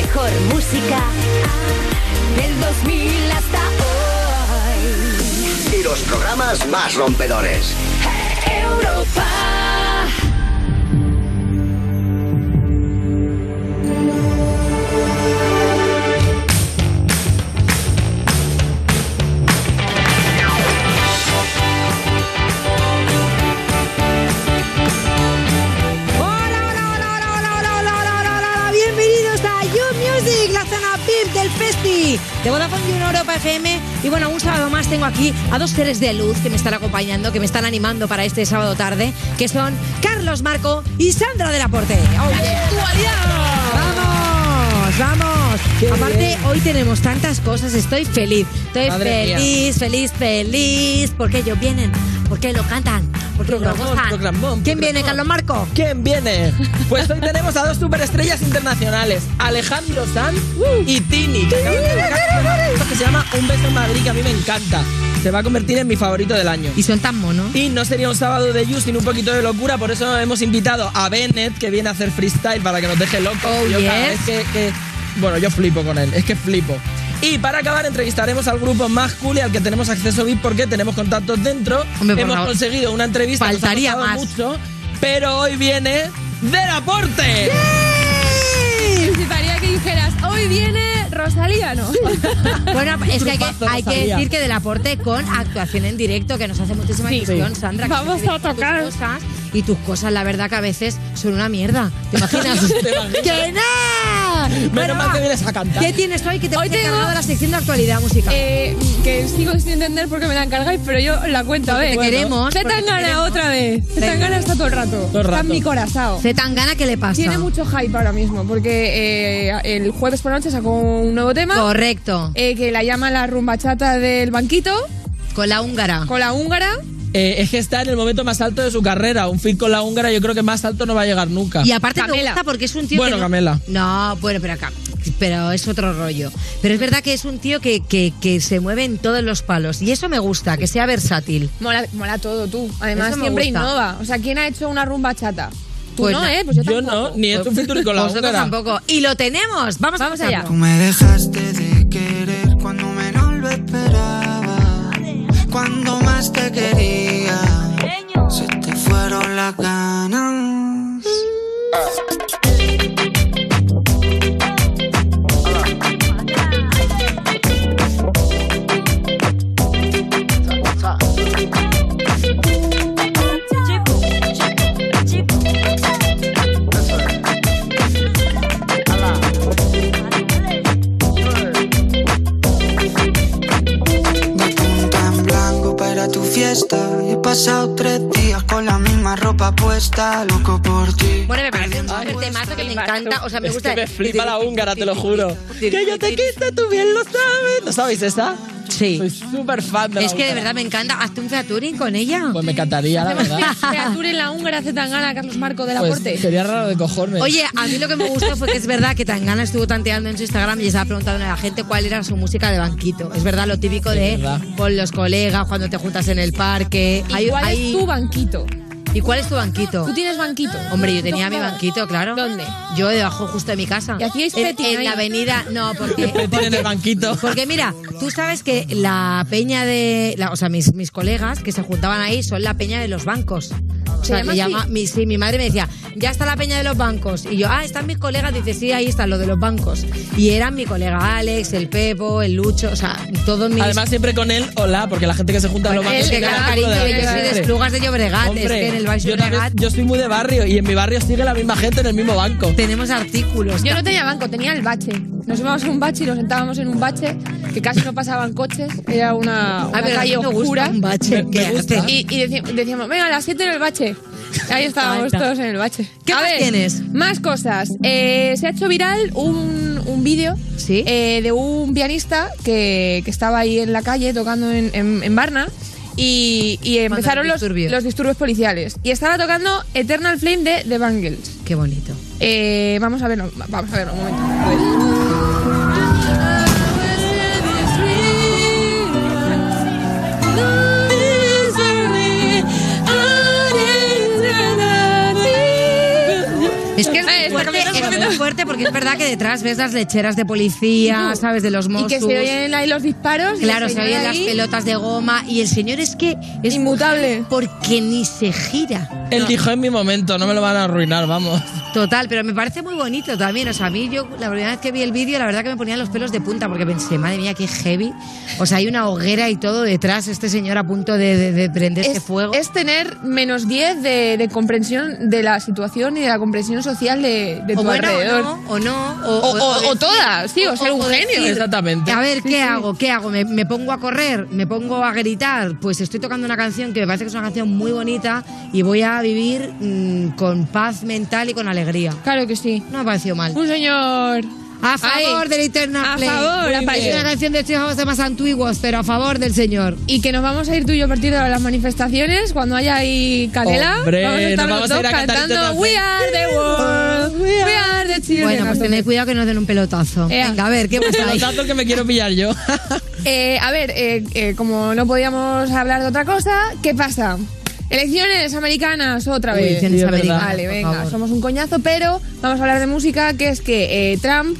mejor música del 2000 hasta hoy. Y los programas más rompedores. Europa. Del Festi de Vodafone y Europa FM. Y bueno, un sábado más tengo aquí a dos seres de luz que me están acompañando, que me están animando para este sábado tarde, que son Carlos Marco y Sandra de la Porte. ¡Actualidad! ¡Vamos! Aparte, bien. Hoy tenemos tantas cosas, estoy feliz. Estoy feliz, porque ellos vienen, porque lo cantan, porque lo gozan. ¿Quién viene, Carlos Marco? ¿Quién viene? Pues hoy tenemos a dos superestrellas internacionales, Alejandro Sanz y Tini, que acaban de sacar que se llama Un beso en Madrid, que a mí me encanta. Se va a convertir en mi favorito del año. Y son tan monos. Y no sería un sábado de You sin un poquito de locura, por eso hemos invitado a Bennett, que viene a hacer freestyle para que nos deje locos. Bueno, yo flipo con él, es que flipo. Y para acabar entrevistaremos al grupo más cool y al que tenemos acceso VIP porque tenemos contactos dentro. Hombre, hemos conseguido una entrevista. Faltaría que nos ha más. Mucho, pero hoy viene de la Porte. ¡Sí! Participaría que dijeras, hoy viene Rosalía, ¿no? Bueno, es que hay que decir que del aporte con actuación en directo, que nos hace muchísima ilusión, sí. Sandra. Vamos a tocar. Y tus cosas, la verdad, que a veces son una mierda. ¿Te imaginas? ¡Que no! Menos mal que vienes a cantar. ¿Qué tienes hoy? Que te voy a encargar de la sección de actualidad musical. Que sigo sin entender por qué me la encargáis, pero yo la cuento, a ver. Te queremos. Zetangana otra vez. Zetangana está todo el rato. Está en mi corazón. Zetangana, ¿qué le pasa? Tiene mucho hype ahora mismo, porque el jueves por la noche sacó un nuevo tema. Correcto. Que la llama la rumbachata del banquito. Con la húngara. Es que está en el momento más alto de su carrera. Un feat con la húngara, yo creo que más alto no va a llegar nunca. Y aparte Camela. me gusta porque es un tío bueno, que Camela. No, bueno, pero es otro rollo. Pero es verdad que es un tío que se mueve en todos los palos. Y eso me gusta, que sea versátil. Mola todo, tú. Además, eso siempre gusta. innova. O sea, ¿quién ha hecho una rumba chata? Tú Pues no, no. Pues yo no, ni he hecho un featuring con la Vosotros húngara. tampoco. Y lo tenemos. Vamos allá. Tú me dejaste de querer cuando menos lo esperaba. Cuando más te quería, se te fueron las ganas. Tu fiesta y he pasado 3 días con la misma ropa puesta, loco por ti. Bueno, me parece un super temazo que me encanta. O sea, me gusta. Que me flipa la húngara, te lo juro. Que yo te quise, tú bien lo sabes. ¿No sabéis esa? Sí. Soy súper fan de la Es que de húngara. verdad me encanta. Hazte un featuring con ella. Pues me encantaría, la verdad. Feature en la húngara, Zetangana, Carlos Marco de la Pues Porte. sería raro de cojones. Oye, a mí lo que me gustó fue que es verdad que Tangana estuvo tanteando en su Instagram y estaba preguntando a la gente cuál era su música de banquito. Es verdad, lo típico de verdad. con los colegas, cuando te juntas en el parque. ¿Y cuál es tu banquito? ¿Y cuál es tu banquito? ¿Tú tienes banquito? Hombre, yo tenía mi banquito, claro. ¿Dónde? Yo debajo justo de mi casa. ¿Y hacíais en petting ahí? la avenida, no, porque Petting en el banquito. Porque mira, tú sabes que la peña de, o sea, mis colegas que se juntaban ahí son la peña de los bancos. O sea, llama así? sí, mi madre me decía, ya está la peña de los bancos. Y yo, están mis colegas. Dice, sí, ahí están los de los bancos. Y eran mi colega Alex, el Pepo, el Lucho, o sea, todos mis... Además, siempre con él, hola, porque la gente que se junta en los bancos... Es que claro, cariño, yo soy de Esplugas de Llobregat. Hombre, es que en el Baix yo Llobregat yo soy muy de barrio y en mi barrio sigue la misma gente en el mismo banco. tenemos artículos. Yo no tenía banco, tenía el bache. Nos íbamos a un bache y nos sentábamos en un bache que casi no pasaban coches. Era una pero calle a mí me gusta oscura. un bache. Me gusta. Y decíamos, venga, a las 7 en el bache. Ahí estábamos Falta. todos en el bache. ¿Qué más tienes? Más cosas. Se ha hecho viral un vídeo ¿Sí? de un pianista que estaba ahí en la calle tocando en Varna. Y empezaron los disturbios policiales. Y estaba tocando Eternal Flame de The Bangles. Qué bonito. Vamos a verlo un momento. Es que es muy fuerte, muy fuerte porque es verdad que detrás ves las lecheras de policía, ¿sabes? De los Mossos. Y que se oyen ahí los disparos. Claro, se oyen las pelotas de goma y el señor es que es inmutable. Porque ni se gira. Él dijo en mi momento, no me lo van a arruinar, vamos. Total, pero me parece muy bonito también. O sea, a mí yo la primera vez que vi el vídeo, la verdad que me ponían los pelos de punta porque pensé, madre mía, qué heavy. O sea, hay una hoguera y todo detrás, este señor a punto de prenderse fuego. Es tener -10 de comprensión de la situación y de la comprensión social de tu alrededor. O toda, sí, o ser un genio. Exactamente. A ver, ¿qué hago? ¿Qué hago? ¿Me pongo a correr? ¿Me pongo a gritar? Pues estoy tocando una canción que me parece que es una canción muy bonita y voy a vivir con paz mental y con alegría. Claro que sí. No me ha parecido mal. Un señor... A favor del Eternal Flame. A favor. Es una canción de estos de más antiguos, pero a favor del señor. Y que nos vamos a ir tú y yo a partir de las manifestaciones, cuando haya ahí canela. Hombre, vamos a estar los dos cantando We are the world, we are the children. Bueno, pues tened cuidado que nos den un pelotazo. Venga, a ver, ¿qué pasa ahí? Pelotazo que me quiero pillar yo. A ver, como no podíamos hablar de otra cosa, ¿qué pasa? Elecciones americanas otra vez. Elecciones americanas. Vale, venga, somos un coñazo, pero vamos a hablar de música, que es que Trump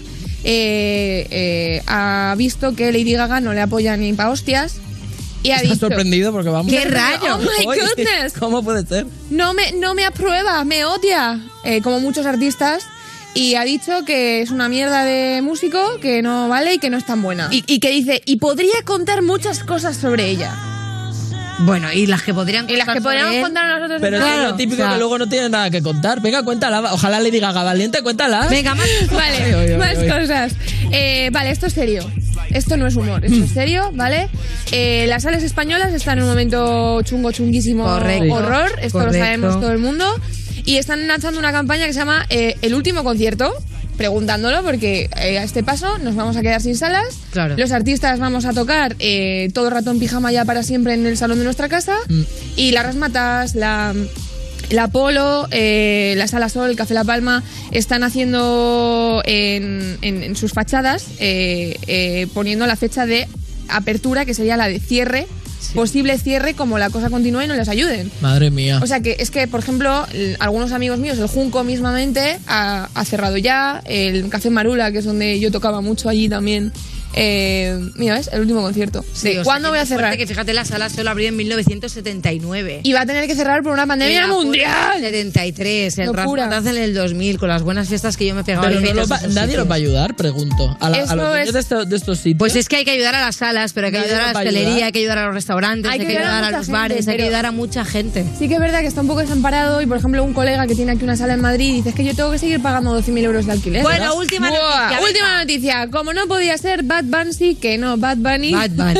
ha visto que Lady Gaga no le apoya ni pa' hostias y ha dicho... ¿Estás sorprendido? Porque vamos... ¡Qué rayo! ¡Oh, my goodness! ¿Cómo puede ser? No me aprueba, me odia, como muchos artistas. Y ha dicho que es una mierda de músico, que no vale y que no es tan buena. Y que dice, y podría contar muchas cosas sobre ella. Bueno, y las que podrían contar. Y las que podríamos contar nosotros. Pero claro, es lo típico, o sea, que luego no tiene nada que contar. Venga, cuéntala. Ojalá le diga valiente, cuéntala. Venga, más. Vale, más cosas. Vale, esto es serio. Esto no es humor, esto es serio, ¿vale? Las salas españolas están en un momento chunguísimo. Correcto. Horror. Esto lo sabemos todo el mundo. Y están lanzando una campaña que se llama El último concierto. Preguntándolo porque a este paso nos vamos a quedar sin salas. Claro. Los artistas vamos a tocar todo el rato en pijama ya para siempre en el salón de nuestra casa. Y las Rasmatas, la Apolo, la Sala Sol, el Café La Palma están haciendo en sus fachadas poniendo la fecha de apertura, que sería la de cierre. Sí. Posible cierre, como la cosa continúe y no les ayuden. Madre mía. O sea que es que, por ejemplo, algunos amigos míos, el Junco mismamente ha cerrado ya, el Café Marula, que es donde yo tocaba mucho allí también. Mira, ¿ves? El último concierto. Sí, ¿Cuándo voy a cerrar? Que fíjate, la sala solo abrió en 1979. Y va a tener que cerrar por una pandemia mundial. 73, el Rasmatas en el 2000, con las buenas fiestas que yo me pegaba. Pero nadie los va a ayudar, pregunto. A los dueños de estos sitios. Pues es que hay que ayudar a las salas, pero hay que ayudar a la hostelería, hay que ayudar a los restaurantes, hay que ayudar a los bares, hay que ayudar a mucha gente. Sí que es verdad que está un poco desamparado y, por ejemplo, un colega que tiene aquí una sala en Madrid dice, es que yo tengo que seguir pagando 12.000 euros de alquiler. Bueno, última noticia. Última noticia. Como no podía ser Bad Bunny, que no, Bad Bunny.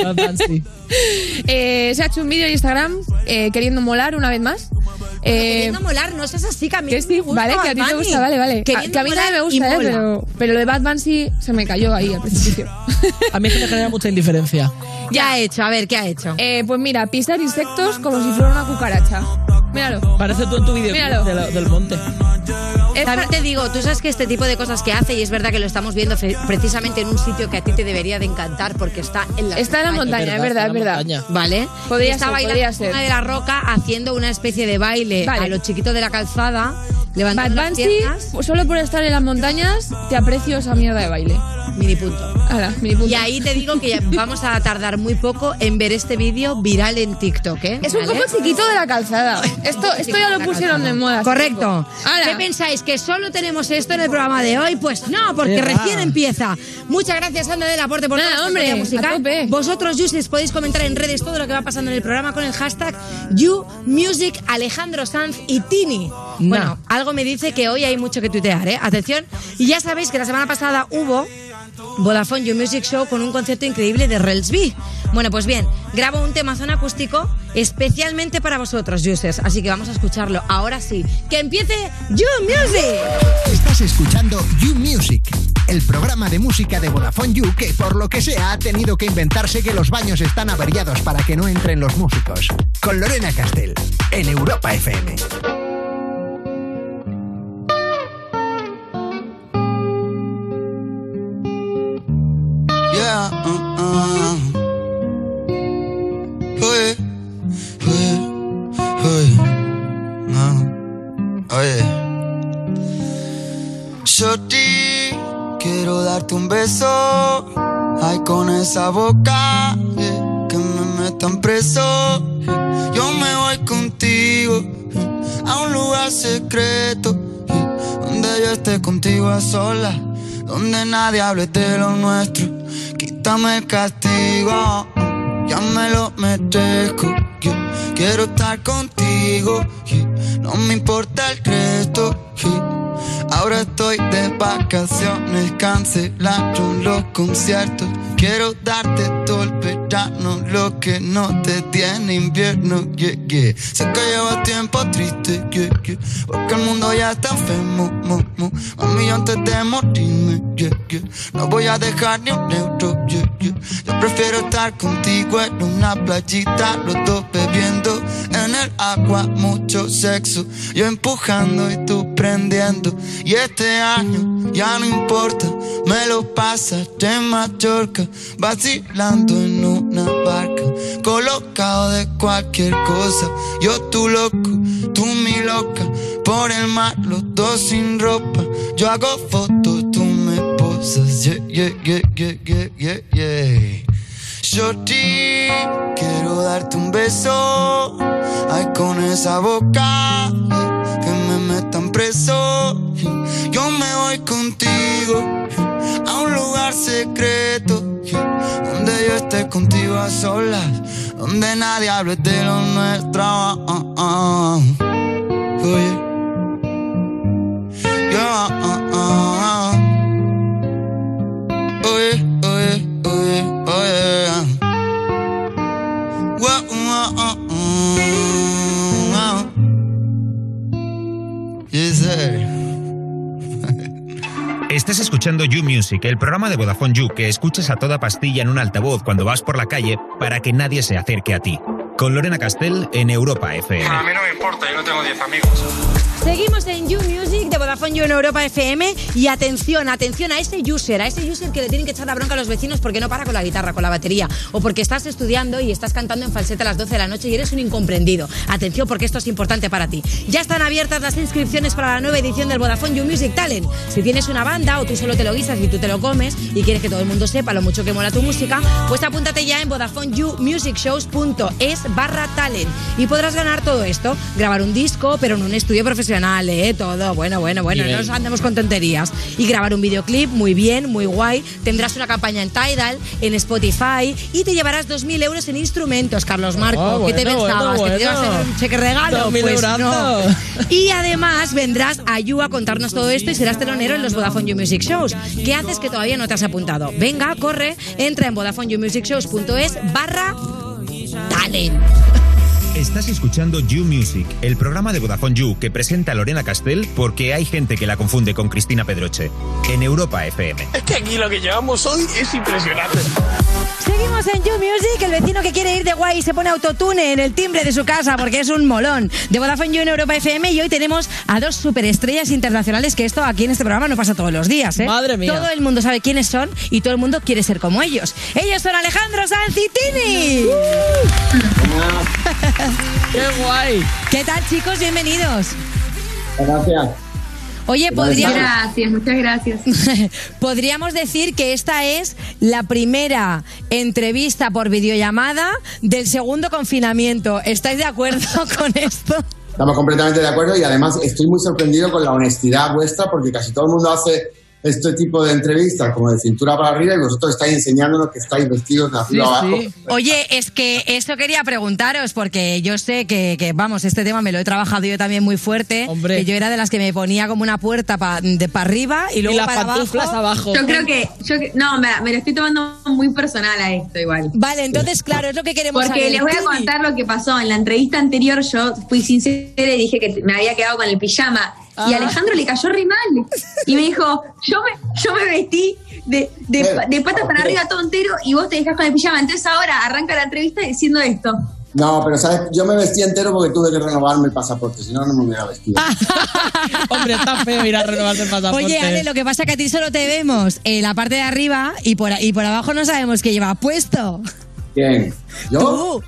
Se ha hecho un vídeo en Instagram queriendo molar una vez más. Queriendo molar, no seas así, que a mí que sí, me gusta, vale, que a ti te gusta, vale. Que a mí también me gusta, pero lo de Bad Bunny se me cayó ahí al principio. A mí me genera mucha indiferencia. Ya ha hecho, a ver, ¿qué ha hecho? Pues mira, pisar insectos como si fuera una cucaracha. Míralo. Parece tú en tu vídeo del monte. También te digo, tú sabes que este tipo de cosas que hace, y es verdad que lo estamos viendo precisamente en un sitio que a ti te debería de encantar porque está en la montaña, es verdad. ¿Vale? Podría ser. Una de la roca haciendo una especie de baile a los chiquitos de la calzada, levantando las piernas. Solo por estar en las montañas te aprecio esa mierda de baile. Mini punto. Y ahí te digo que vamos a tardar muy poco en ver este vídeo viral en TikTok, ¿eh? Es un poco chiquito de la calzada. Esto ya lo pusieron de moda. Correcto. ¿Qué pensáis? ¿Que solo tenemos esto en el programa de hoy? Pues no, porque recién empieza. Muchas gracias, Sandra del Aporte, por toda la música. Vosotros, Yusis, podéis comentar en redes todo lo que va pasando en el programa con el hashtag YouMusic, Alejandro Sanz y Tini. Bueno, algo me dice que hoy hay mucho que tuitear, ¿eh? Atención. Y ya sabéis que la semana pasada hubo Vodafone You Music Show con un concierto increíble de Rels B. Bueno, pues bien, grabo un temazón acústico especialmente para vosotros, users, así que vamos a escucharlo. Ahora sí, que empiece You Music. Estás escuchando You Music, el programa de música de Vodafone You que, por lo que sea, ha tenido que inventarse que los baños están averiados para que no entren los músicos. Con Lorena Castell, en Europa FM. Shorty, quiero darte un beso. Ay, con esa boca, que me metan preso. Yo me voy contigo a un lugar secreto, donde yo esté contigo a solas, donde nadie hable de lo nuestro. Quítame el castigo, ya me lo merezco. Quiero estar contigo, no me importa el resto. Ahora estoy de vacaciones, cancelaron los conciertos. Quiero darte todo el verano, lo que no te tiene invierno, yeah, yeah. Sé que llevo tiempo triste, yeah, yeah, porque el mundo ya está enfermo, mami, yo antes de morirme, yeah, yeah, no voy a dejar ni un euro, yeah, yeah. Yo prefiero estar contigo en una playita, los dos bebiendo en el agua, mucho sexo, yo empujando y tú prendiendo. Y este año ya no importa, me lo pasaré en Mallorca, vacilando en una barca, colocado de cualquier cosa. Yo tu loco, tú mi loca, por el mar los dos sin ropa. Yo hago fotos, tú me posas, yeah, yeah, yeah, yeah, yeah, yeah, yeah. Shorty, quiero darte un beso. Ay, con esa boca, que me metan preso. Yo me voy contigo a un lugar secreto, donde yo esté contigo a solas, donde nadie hable de lo nuestro. Oye, oye, oye, oye, oye. Yes, sir. Estás escuchando You Music, el programa de Vodafone You que escuchas a toda pastilla en un altavoz cuando vas por la calle para que nadie se acerque a ti. Con Lorena Castell en Europa FM. A mí no me importa, yo no tengo 10 amigos. Seguimos en You Music de Vodafone You en Europa FM y atención a ese user que le tienen que echar la bronca a los vecinos porque no para con la guitarra, con la batería, o porque estás estudiando y estás cantando en falsete a las 12 de la noche y eres un incomprendido. Atención, porque esto es importante para ti. Ya están abiertas las inscripciones para la nueva edición del Vodafone You Music Talent. Si tienes una banda o tú solo te lo guisas y tú te lo comes y quieres que todo el mundo sepa lo mucho que mola tu música, pues apúntate ya en VodafoneYouMusicShows.es/talent y podrás ganar todo esto, grabar un disco pero en un estudio profesional, todo, bueno, no nos andemos con tonterías, y grabar un videoclip muy bien, muy guay. Tendrás una campaña en Tidal, en Spotify y te llevarás 2.000 euros en instrumentos, Carlos Marco. ¿Qué te pensabas? ¿Que te ibas a hacer un cheque regalo? Pues no. Y además vendrás a You a contarnos todo esto y serás telonero en los Vodafone You Music Shows. ¿Qué haces que todavía no te has apuntado? Venga, corre, entra en VodafoneYouMusicShows.es/talent. Estás escuchando You Music, el programa de Vodafone You que presenta Lorena Castell porque hay gente que la confunde con Cristina Pedroche. En Europa FM. Es que aquí lo que llevamos hoy es impresionante. Seguimos en You Music, el vecino que quiere ir de guay y se pone autotune en el timbre de su casa porque es un molón. De Vodafone You en Europa FM, y hoy tenemos a dos superestrellas internacionales que esto aquí en este programa no pasa todos los días, ¿eh? Madre mía. Todo el mundo sabe quiénes son y todo el mundo quiere ser como ellos. Ellos son Alejandro Sanz y Tini. ¡Qué guay! ¿Qué tal, chicos? Bienvenidos. Gracias. Oye, Muchas gracias. podríamos decir que esta es la primera entrevista por videollamada del segundo confinamiento. ¿Estáis de acuerdo con esto? Estamos completamente de acuerdo y además estoy muy sorprendido con la honestidad vuestra porque casi todo el mundo hace este tipo de entrevistas como de cintura para arriba y vosotros estáis enseñándonos que estáis vestidos de arriba abajo. Sí. Oye, es que eso quería preguntaros porque yo sé que vamos, este tema me lo he trabajado yo también muy fuerte. Hombre. Que yo era de las que me ponía como una puerta para arriba y luego y las para pantuflas abajo. Yo creo que no, me lo estoy tomando muy personal a esto igual. Vale, entonces claro, es lo que queremos porque saber. les voy a contar lo que pasó. En la entrevista anterior yo fui sincera y dije que me había quedado con el pijama. Y a Alejandro le cayó re mal. Y me dijo, yo me vestí de patas para arriba todo entero y vos te dejás con el pijama. Entonces ahora arranca la entrevista diciendo esto. No, pero ¿sabes? Yo me vestí entero porque tuve que renovarme el pasaporte, si no, no me hubiera vestido. Hombre, está feo ir a renovarse el pasaporte. Oye, Ale, lo que pasa es que a ti solo te vemos en la parte de arriba y por abajo no sabemos qué lleva puesto. ¿Quién? ¿Yo? ¿Tú?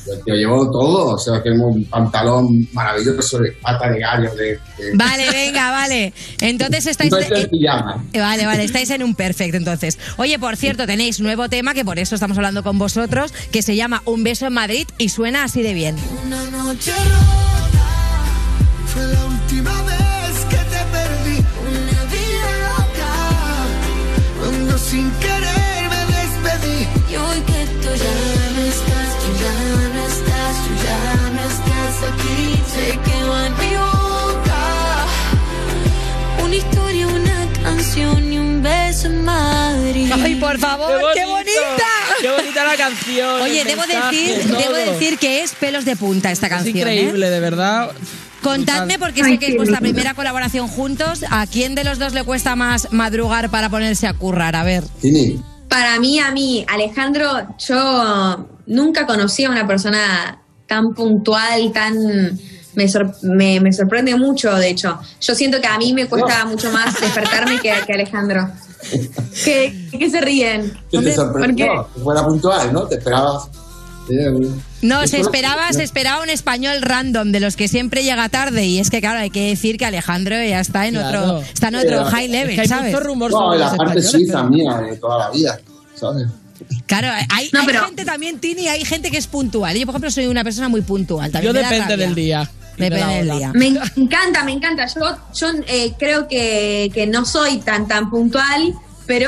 Yo llevo todo, o sea, tengo un pantalón maravilloso de pata de gallo. Vale, venga, vale. Entonces estáis... Vale, estáis en un perfecto, entonces. Oye, por cierto, tenéis nuevo tema, que por eso estamos hablando con vosotros, que se llama Un beso en Madrid y suena así de bien. Una noche rota, fue la última vez que te perdí. Una vida loca, cuando sin querer me despedí. Y hoy que tú ya no estás, tú ya no estás, tú ya no estás aquí. Se quedó en mi boca una historia, una canción y un beso en Madrid. ¡Ay, por favor! ¡Qué bonita! ¡Qué bonita la canción! Oye, debo decir que es pelos de punta esta canción. Es increíble, de verdad. Contadme, porque sé que es vuestra primera colaboración juntos. ¿A quién de los dos le cuesta más madrugar para ponerse a currar? A ver. Tini. Para mí, Alejandro, yo nunca conocí a una persona tan puntual, tan... Me sorprende mucho, de hecho. Yo siento que a mí me cuesta mucho más despertarme que Alejandro. ¿Qué se ríen? ¿Qué te sorprendió? Que fuera puntual, ¿no? Te esperabas... No, se esperaba un español random, de los que siempre llega tarde. Y es que, claro, hay que decir que Alejandro ya está en otro high level, es que hay ¿sabes? muchos rumores No, sobre la los parte españoles, suiza mía de toda la vida, ¿sabes? Claro, hay gente también, Tini, hay gente que es puntual. Yo, por ejemplo, soy una persona muy puntual. También Yo depende del día. Depende del día. Me encanta. Yo creo que no soy tan puntual, pero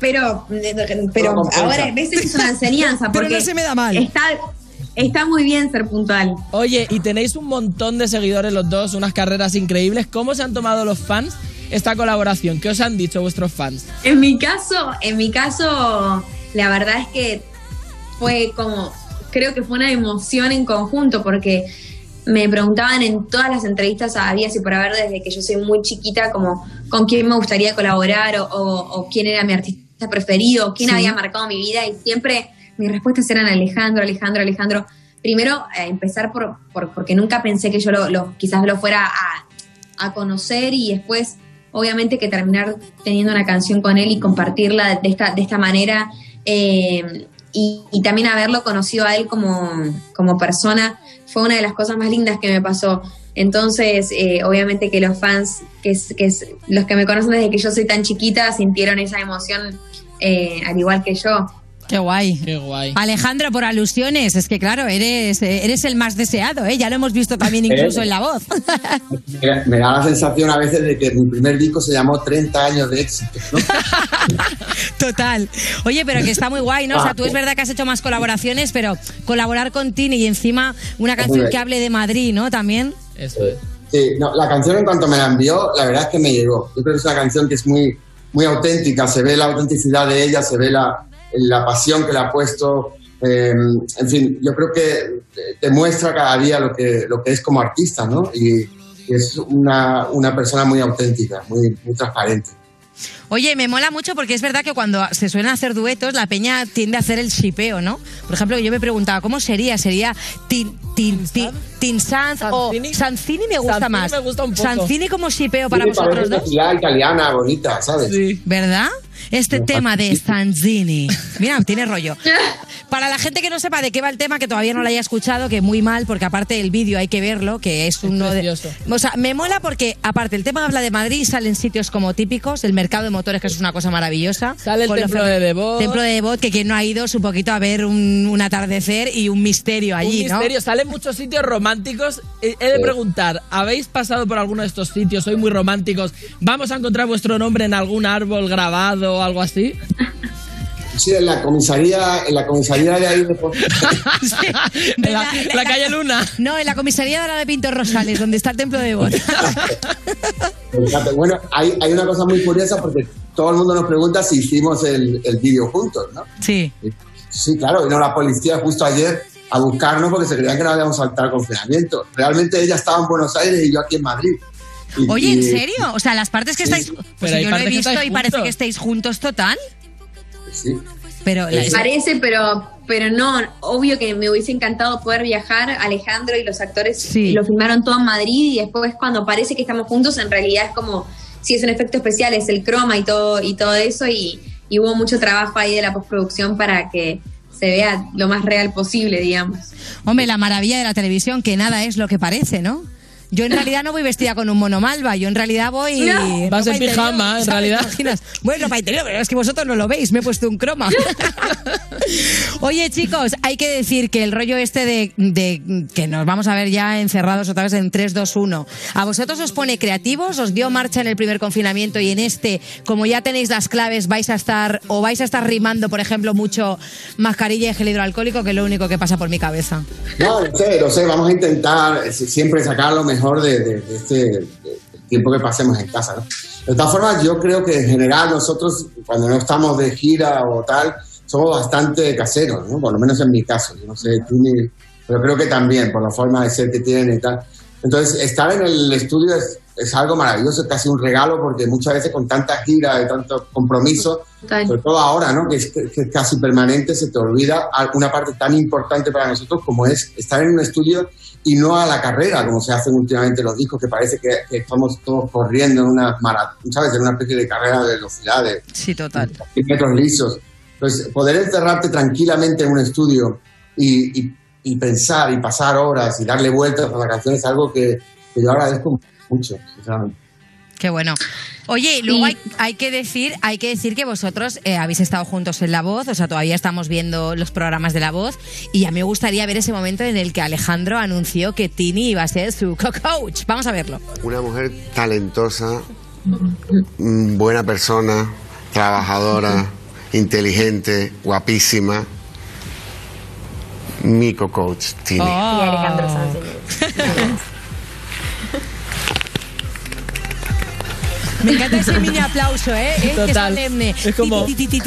ahora a veces es una enseñanza, porque pero no se me da mal. Está muy bien ser puntual. Oye, y tenéis un montón de seguidores los dos, unas carreras increíbles. ¿Cómo se han tomado los fans esta colaboración? ¿Qué os han dicho vuestros fans? En mi caso, la verdad es que creo que fue una emoción en conjunto, porque me preguntaban en todas las entrevistas habidas y por haber, desde que yo soy muy chiquita, como con quién me gustaría colaborar o quién era mi artista preferido, quién había marcado mi vida, y siempre mis respuestas eran Alejandro. Primero, empezar porque nunca pensé que yo quizás lo fuera a conocer, y después, obviamente, que terminar teniendo una canción con él y compartirla de esta manera, y también haberlo conocido a él como persona, fue una de las cosas más lindas que me pasó. Entonces, obviamente que los fans, los que me conocen desde que yo soy tan chiquita, sintieron esa emoción al igual que yo. Qué guay. Qué guay. Alejandro, por alusiones, es que claro, eres el más deseado, ¿eh? Ya lo hemos visto también incluso en La Voz. Me da la sensación a veces de que mi primer disco se llamó 30 años de éxito, ¿no? Total. Oye, pero que está muy guay, ¿no? O sea, tú es verdad que has hecho más colaboraciones, pero colaborar con Tini y encima una canción que hable de Madrid, ¿no? También. Eso es. Sí, no, la canción, en cuanto me la envió, la verdad es que me llegó. Yo creo que es una canción que es muy, muy auténtica, se ve la autenticidad de ella, se ve la pasión que le ha puesto, en fin, yo creo que te muestra cada día lo que es como artista, ¿no? Y es una persona muy auténtica, muy transparente. Oye, me mola mucho porque es verdad que cuando se suelen hacer duetos, la peña tiende a hacer el shipeo, ¿no? Por ejemplo, yo me preguntaba, ¿cómo sería? ¿Sería Tin Sanz o Sanzini? Me gusta Sanzini más. me gusta un poco. Sanzini como shipeo para vosotros dos. Una italiana bonita, ¿sabes? Sí. ¿Verdad? Este tema de Sanzini. Mira, tiene rollo. Para la gente que no sepa de qué va el tema, que todavía no lo haya escuchado, que muy mal, porque aparte el vídeo hay que verlo, que es uno de... O sea, me mola porque, aparte, el tema habla de Madrid, salen sitios como típicos, el mercado de motores, que es una cosa maravillosa. Sale el templo de Devot. Templo de Devot, que quien no ha ido es un poquito a ver un atardecer y un misterio allí, un misterio. ¿No? Salen muchos sitios románticos. He de preguntar, ¿habéis pasado por alguno de estos sitios? Soy muy románticos. ¿Vamos a encontrar vuestro nombre en algún árbol grabado o algo así? Sí, en la comisaría de ahí de sí, la calle Luna. No, en la comisaría de la de Pinto Rosales, donde está el templo de Devot. Bueno, hay una cosa muy curiosa, porque todo el mundo nos pregunta si hicimos el vídeo juntos, ¿no? Sí. Sí, claro, vino la policía justo ayer a buscarnos porque se creían que nos habíamos saltado el confinamiento. Realmente ella estaba en Buenos Aires y yo aquí en Madrid. Oye, ¿en serio? O sea, las partes que estáis... Pues yo lo he visto y parece que estáis juntos total. Sí. Pero parece, pero no, obvio que me hubiese encantado poder viajar. Alejandro y los actores lo filmaron todo en Madrid, y después cuando parece que estamos juntos, en realidad es como, si es un efecto especial, es el croma y todo eso, y hubo mucho trabajo ahí de la postproducción para que se vea lo más real posible, digamos. Hombre, la maravilla de la televisión, que nada es lo que parece, ¿no? Yo en realidad no voy vestida con un mono malva, yo en realidad voy... No. Vas en pijama, en realidad. ¿Imaginas? Bueno, ropa interior, pero es que vosotros no lo veis, me he puesto un croma. Oye, chicos, hay que decir que el rollo este de que nos vamos a ver ya encerrados otra vez en 3, 2, 1, ¿a vosotros os pone creativos? ¿Os dio marcha en el primer confinamiento y en este, como ya tenéis las claves, vais a estar rimando, por ejemplo, mucho mascarilla y gel hidroalcohólico, que es lo único que pasa por mi cabeza? No, lo sé, vamos a intentar siempre sacar lo mejor de este tiempo que pasemos en casa, ¿no? De todas formas, yo creo que en general nosotros, cuando no estamos de gira o tal, somos bastante caseros, ¿no? Por lo menos en mi caso. Yo no sé, pero creo que también, por la forma de ser que tienen y tal. Entonces, estar en el estudio es algo maravilloso, es casi un regalo, porque muchas veces con tanta gira y tanto compromiso, sobre todo ahora, ¿no? Que es casi permanente, se te olvida una parte tan importante para nosotros como es estar en un estudio y no a la carrera, como se hacen últimamente los discos, que parece que estamos todos corriendo en una maratón, ¿sabes? En una especie de carrera de velocidad. Sí, total. De metros lisos. Entonces, poder encerrarte tranquilamente en un estudio y pensar y pasar horas y darle vueltas a la canción es algo que yo agradezco mucho, sinceramente. Qué bueno. Oye, luego hay que decir que vosotros habéis estado juntos en La Voz, o sea, todavía estamos viendo los programas de La Voz, y a mí me gustaría ver ese momento en el que Alejandro anunció que Tini iba a ser su co-coach. Vamos a verlo. Una mujer talentosa, buena persona, trabajadora, inteligente, guapísima. Mi co-coach, Tini. Y Alejandro Sanz. Me encanta ese mini aplauso, ¿eh? Total. Que solemne. Es como...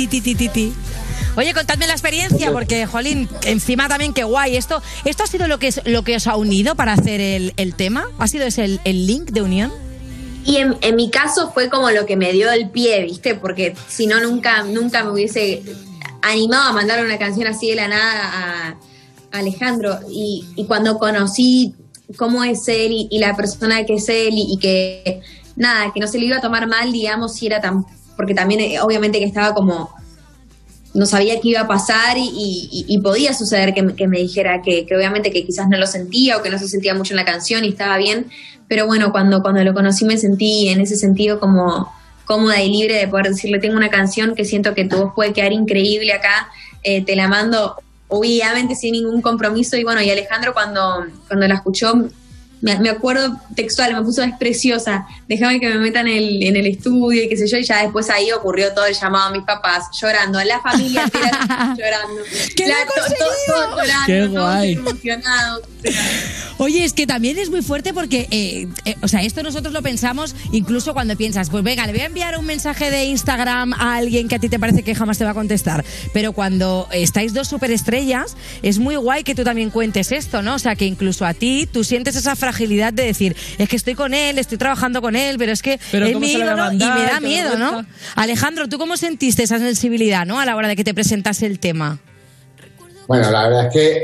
Oye, contadme la experiencia, porque, jolín, encima también qué guay. ¿Esto ha sido lo que os ha unido para hacer el tema? ¿Ha sido ese el link de unión? Y en mi caso fue como lo que me dio el pie, ¿viste? Porque si no, nunca me hubiese animado a mandar una canción así de la nada a Alejandro. Y cuando conocí cómo es él y la persona que es él y que... nada, que no se le iba a tomar mal, digamos, si era tan... Porque también, obviamente, que estaba como... No sabía qué iba a pasar y podía suceder que me dijera que obviamente que quizás no lo sentía o que no se sentía mucho en la canción y estaba bien. Pero bueno, cuando lo conocí me sentí en ese sentido como cómoda y libre de poder decirle, tengo una canción que siento que tu voz puede quedar increíble acá, te la mando, obviamente sin ningún compromiso. Y bueno, y Alejandro cuando la escuchó... Me acuerdo textual, me puso, es preciosa, déjame que me meta en el estudio y qué sé yo, y ya después ahí ocurrió todo el llamado a mis papás, llorando, la familia entera llorando. ¡Que lo he conseguido! Todos llorando, ¡Qué guay! todos emocionados. Oye, es que también es muy fuerte porque, o sea, esto nosotros lo pensamos incluso cuando piensas, pues venga, le voy a enviar un mensaje de Instagram a alguien que a ti te parece que jamás te va a contestar, pero cuando estáis dos superestrellas, es muy guay que tú también cuentes esto, ¿no? O sea, que incluso a ti, tú sientes esa fragilidad de decir, es que estoy con él, estoy trabajando con él, pero es que es mi ídolo y me da miedo, ¿no? Alejandro, ¿tú cómo sentiste esa sensibilidad, ¿no? A la hora de que te presentase el tema. Bueno, la verdad es que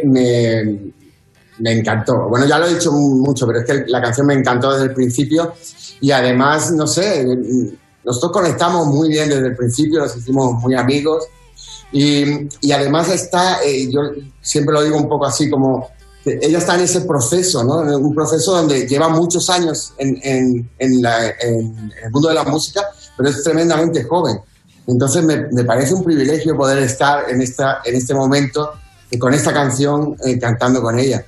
me encantó. Bueno, ya lo he dicho mucho, pero es que la canción me encantó desde el principio y además, no sé, nosotros conectamos muy bien desde el principio, nos hicimos muy amigos y además está, yo siempre lo digo un poco así como que ella está en ese proceso, ¿no? En un proceso donde lleva muchos años en el mundo de la música, pero es tremendamente joven. Entonces me parece un privilegio poder estar en este momento con esta canción cantando con ella.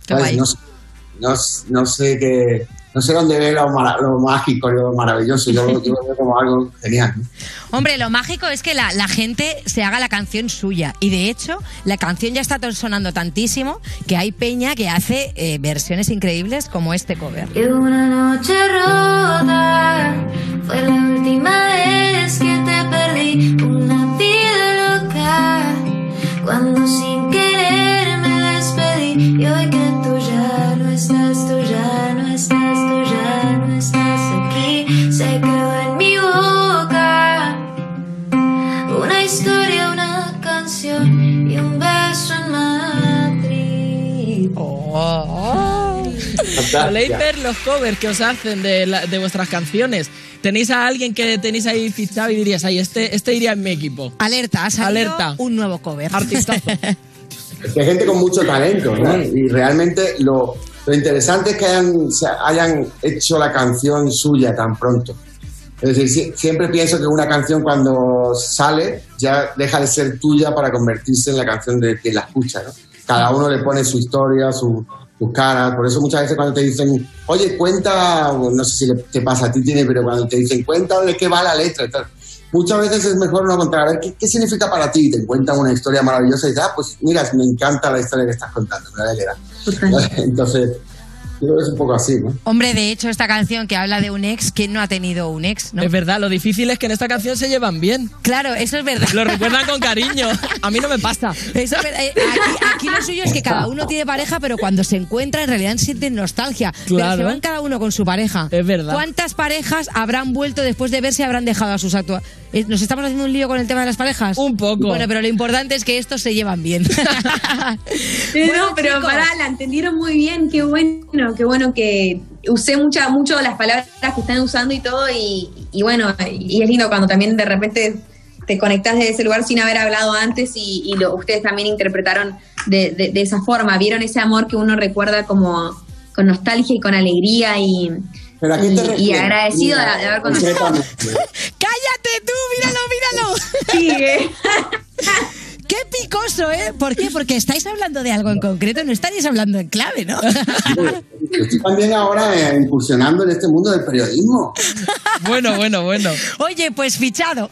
No sé dónde ve lo mágico, lo maravilloso. Yo lo veo como algo genial, ¿no? Hombre, lo mágico es que la gente se haga la canción suya. Y de hecho, la canción ya está sonando tantísimo que hay peña que hace versiones increíbles como este cover. Y una noche rota fue la última vez que te perdí. Una vida loca cuando sin querer me despedí. Y hoy que tú ya no estás, tú ya no estás, tú ya no estás aquí, se quedó en mi boca una historia, una canción y un beso en Madrid. soléis ver los covers que os hacen de vuestras canciones. ¿Tenéis a alguien que tenéis ahí fichado y dirías, ay, este iría en mi equipo? Alerta, ha salido un nuevo cover. Artistazo. Es que hay gente con mucho talento, ¿no? Y realmente lo interesante es que hayan hecho la canción suya tan pronto. Es decir, siempre pienso que una canción cuando sale ya deja de ser tuya para convertirse en la canción de quien la escucha, ¿no? Cada uno le pone su historia, sus caras. Por eso muchas veces cuando te dicen, oye, cuenta, no sé si te pasa a ti, pero cuando te dicen, cuenta de qué va la letra y tal. Muchas veces es mejor no contar, a ver, ¿qué significa para ti? Y te cuentan una historia maravillosa y dices, pues mira, me encanta la historia que estás contando, me la voy a quedar. Entonces, yo creo que es un poco así, ¿no? Hombre, de hecho, esta canción que habla de un ex, ¿quién no ha tenido un ex, no? Es verdad, lo difícil es que en esta canción se llevan bien. Claro, eso es verdad. Lo recuerdan con cariño. A mí no me pasa. Eso es verdad. Aquí lo suyo es que cada uno tiene pareja, pero cuando se encuentra en realidad sienten nostalgia. Claro. Pero se van cada uno con su pareja. Es verdad. ¿Cuántas parejas habrán vuelto después de verse y habrán dejado a sus actuales? ¿Nos estamos haciendo un lío con el tema de las parejas? Un poco. Bueno, pero lo importante es que estos se llevan bien. Bueno, pero pará, la entendieron muy bien. Qué bueno que usé mucho las palabras que están usando y todo. Y bueno, y es lindo cuando también de repente te conectás desde ese lugar sin haber hablado antes y ustedes también interpretaron de esa forma. Vieron ese amor que uno recuerda como con nostalgia y con alegría y agradecido de haber conocido. ¡Cállate tú! ¡Míralo! Sí, ¡Qué picoso, eh! ¿Por qué? Porque estáis hablando de algo en concreto, no estaréis hablando en clave, ¿no? Estoy también ahora incursionando en este mundo del periodismo. Bueno. Oye, pues fichado.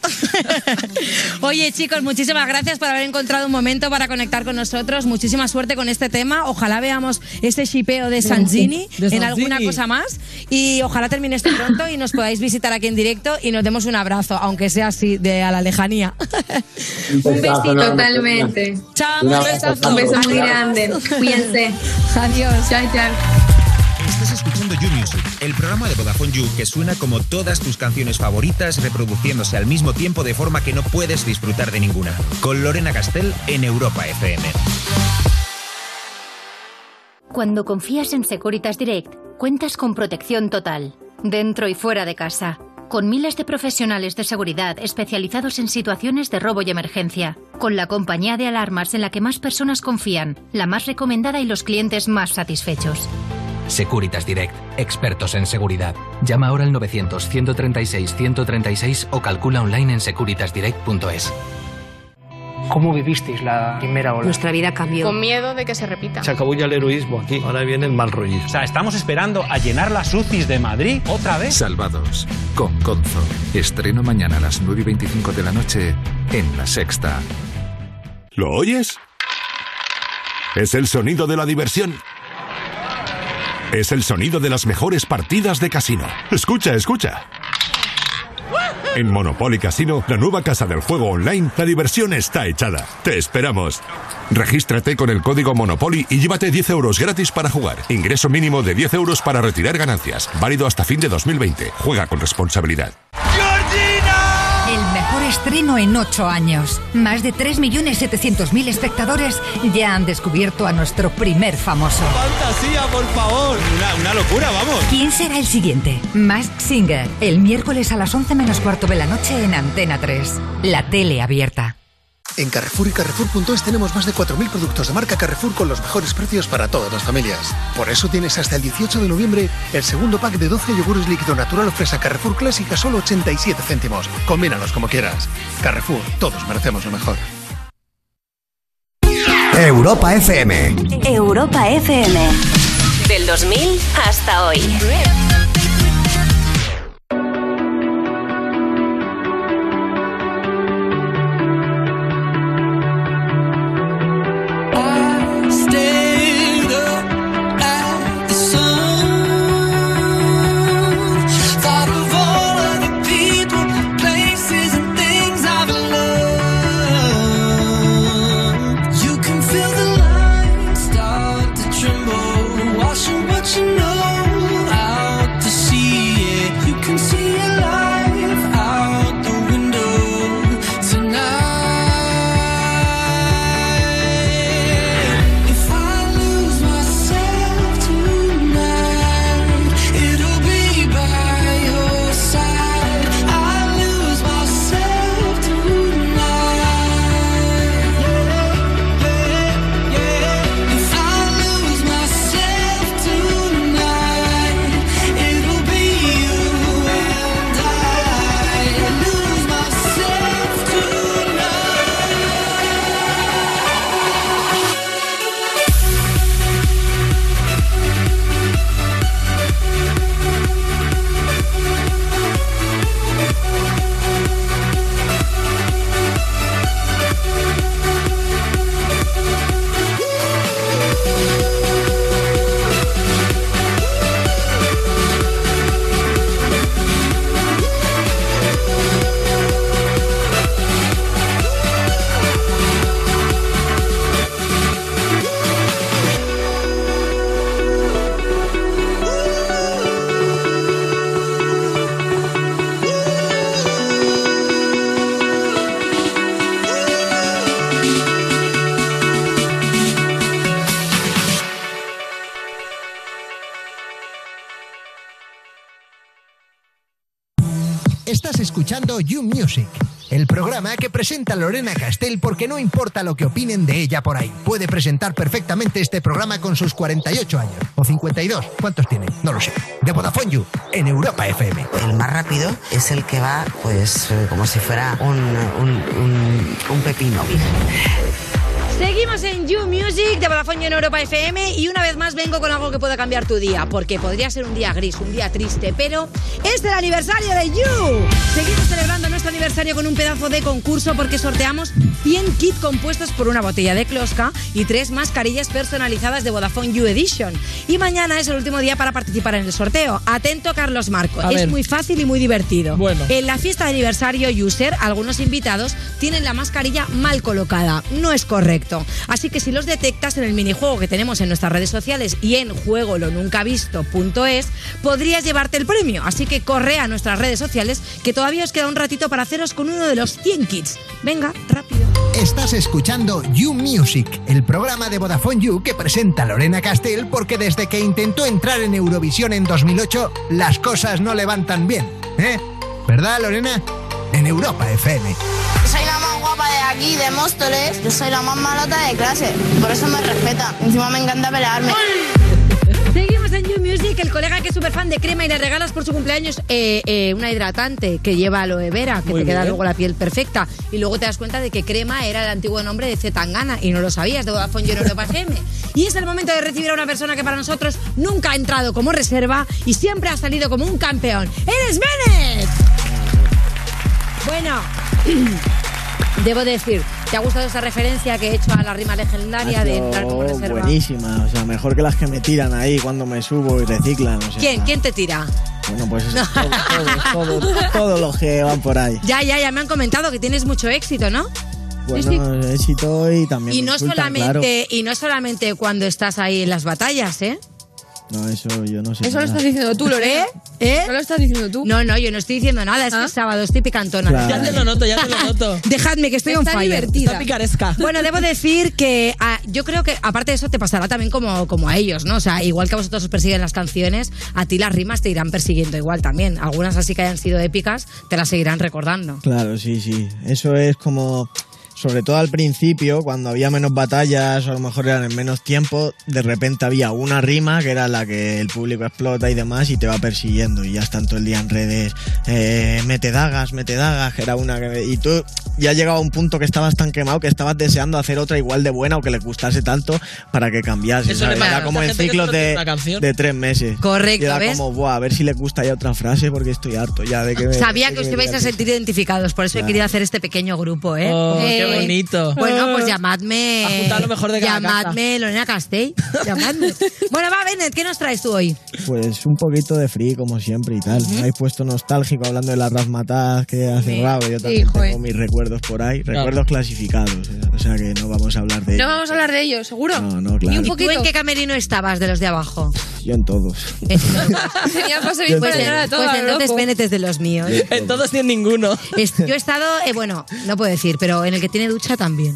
Oye, chicos, muchísimas gracias por haber encontrado un momento para conectar con nosotros. Muchísima suerte con este tema. Ojalá veamos este shipeo de Sanzini en alguna cosa más. Y ojalá termine esto pronto y nos podáis visitar aquí en directo y nos demos un abrazo, aunque sea así, a la lejanía. Un besito. Totalmente. Chao, un beso muy grande. Cuídense. Adiós. Chao. Estás escuchando You Music, el programa de Vodafone You que suena como todas tus canciones favoritas reproduciéndose al mismo tiempo de forma que no puedes disfrutar de ninguna. Con Lorena Castell en Europa FM. Cuando confías en Securitas Direct, cuentas con protección total, dentro y fuera de casa, con miles de profesionales de seguridad especializados en situaciones de robo y emergencia, con la compañía de alarmas en la que más personas confían, la más recomendada y los clientes más satisfechos. Securitas Direct, expertos en seguridad. Llama ahora al 900-136-136 o calcula online en securitasdirect.es. ¿Cómo vivisteis la primera ola? Nuestra vida cambió. Con miedo de que se repita. Se acabó ya el heroísmo aquí, ahora viene el mal rollo. O sea, estamos esperando a llenar las UCIs de Madrid otra vez. Salvados, con Gonzo. Estreno mañana a las 9:25 de la noche en La Sexta. ¿Lo oyes? Es el sonido de la diversión. Es el sonido de las mejores partidas de casino. Escucha. En Monopoly Casino, la nueva casa del juego online, la diversión está echada. Te esperamos. Regístrate con el código Monopoly y llévate 10 euros gratis para jugar. Ingreso mínimo de 10 euros para retirar ganancias. Válido hasta fin de 2020. Juega con responsabilidad. El mejor estreno en 8 años. Más de 3.700.000 espectadores ya han descubierto a nuestro primer famoso. ¡Fantasía, por favor! Una locura, vamos. ¿Quién será el siguiente? Masked Singer. El miércoles a las 11 menos cuarto de la noche en Antena 3. La tele abierta. En Carrefour y Carrefour.es tenemos más de 4.000 productos de marca Carrefour con los mejores precios para todas las familias. Por eso tienes hasta el 18 de noviembre el segundo pack de 12 yogures líquido natural o fresa Carrefour Clásica solo 87 céntimos. Combínalos como quieras. Carrefour, todos merecemos lo mejor. Europa FM. Europa FM. Del 2000 hasta hoy. What you know, how Estás escuchando You Music, el programa que presenta Lorena Castell porque no importa lo que opinen de ella por ahí. Puede presentar perfectamente este programa con sus 48 años. O 52. ¿Cuántos tiene? No lo sé. De Vodafone You, en Europa FM. El más rápido es el que va, pues, como si fuera un pepino. Seguimos en You Music de Vodafone You en Europa FM y una vez más vengo con algo que puede cambiar tu día, porque podría ser un día gris, un día triste, pero es el aniversario de You. Seguimos celebrando nuestro aniversario con un pedazo de concurso porque sorteamos 100 kits compuestos por una botella de Closca y 3 mascarillas personalizadas de Vodafone You Edition. Y mañana es el último día para participar en el sorteo. Atento, Carlos Marco. Es muy fácil y muy divertido. Bueno. En la fiesta de aniversario User, algunos invitados tienen la mascarilla mal colocada. No es correcto. Así que si los detectas en el minijuego que tenemos en nuestras redes sociales y en juegolonuncavisto.es, podrías llevarte el premio. Así que corre a nuestras redes sociales, que todavía os queda un ratito para haceros con uno de los 100 kits. Venga, rápido. Estás escuchando You Music, el programa de Vodafone You que presenta Lorena Castell porque desde que intentó entrar en Eurovisión en 2008, las cosas no le van tan bien. ¿Verdad, Lorena? En Europa FM. Soy la más guapa de aquí, de Móstoles. Yo soy la más malota de clase. Por eso me respeta. Encima me encanta pelearme. Seguimos en You Music. El colega que es súper fan de crema y le regalas por su cumpleaños una hidratante que lleva aloe vera, que te queda luego la piel perfecta. Y luego te das cuenta de que crema era el antiguo nombre de Zetangana y no lo sabías, de Vodafone You en Europa FM. Y es el momento de recibir a una persona que para nosotros nunca ha entrado como reserva y siempre ha salido como un campeón. ¡Eres Bennett! Bueno, debo decir, ¿te ha gustado esa referencia que he hecho a la rima legendaria de entrar como reserva? Buenísima, o sea, mejor que las que me tiran ahí cuando me subo y reciclan. O sea, ¿Quién te tira? Bueno, pues todos los que van por ahí. Ya me han comentado que tienes mucho éxito, ¿no? Bueno, sí. Éxito y también y no solamente cuando estás ahí en las batallas, ¿eh? No, eso yo no sé. Eso lo estás diciendo tú, Lorena. ¿Eso lo estás diciendo tú? No, yo no estoy diciendo nada. Es que es sábado, estoy picantona. Claro. Ya te lo noto. Dejadme, que estoy on fire. Divertida. Está picaresca. Bueno, debo decir que yo creo que, aparte de eso, te pasará también como a ellos, ¿no? O sea, igual que a vosotros os persiguen las canciones, a ti las rimas te irán persiguiendo igual también. Algunas así que hayan sido épicas, te las seguirán recordando. Claro, sí. Eso es como... Sobre todo al principio, cuando había menos batallas o a lo mejor eran en menos tiempo, de repente había una rima que era la que el público explota y demás y te va persiguiendo y ya están todo el día en redes, mete dagas, que era una que... Y tú ya llegaba a un punto que estabas tan quemado que estabas deseando hacer otra igual de buena o que le gustase tanto para que cambiase. Era como en ciclos de 3 meses. Correcto, y era ¿ves? como, a ver si le gusta ya otra frase porque estoy harto ya de que... Sabía que os ibais a sentir identificados, por eso he querido hacer este pequeño grupo, ¿eh? Qué bonito. Bueno, pues llamadme... A juntar lo mejor de cada llamadme Lorena Castell. Llamadme. Bueno, va, Bennett, ¿qué nos traes tú hoy? Pues un poquito de free, como siempre y tal. Me habéis puesto nostálgico hablando de las razmataz que ha cerrado. Yo también tengo mis recuerdos por ahí. Recuerdos clasificados. O sea que no vamos a hablar de ellos. No vamos a hablar de ellos, ¿seguro? No, claro. ¿Y un poquito? ¿Tú en qué camerino estabas de los de abajo? Yo en todos. Tenía pase bien para llegar a todos. Pues entonces Bennett es de los míos. En todos ni en ninguno. Yo he estado, bueno, no puedo decir, pero en el que tiene ducha también.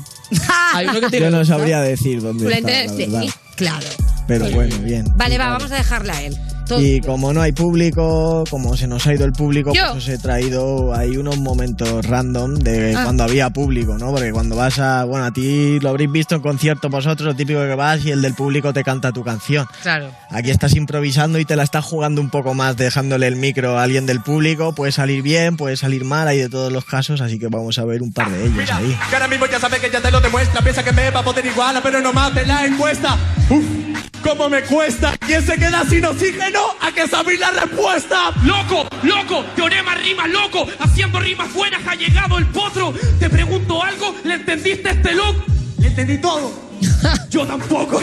Yo no sabría decir dónde está, la verdad. Claro. Pero bueno, bien. Vale, vamos a dejarla a él. Y como no hay público, como se nos ha ido el público, pues os he traído ahí unos momentos random de cuando había público, ¿no? Porque cuando vas a... Bueno, a ti lo habréis visto en conciertos vosotros, lo típico que vas y el del público te canta tu canción. Claro. Aquí estás improvisando y te la estás jugando un poco más, dejándole el micro a alguien del público. Puede salir bien, puede salir mal, hay de todos los casos, así que vamos a ver un par de ellos. Mira, ahí. Que ahora mismo ya sabe que ya te lo demuestra. Piensa que me va a poder igualar, pero no mate la encuesta. Uf, cómo me cuesta. ¿Quién se queda sin oxígeno? ¿A que sabéis la respuesta? Loco, teorema rima loco. Haciendo rimas buenas ha llegado el potro. Te pregunto algo, ¿le entendiste este look? Le entendí todo. Yo tampoco.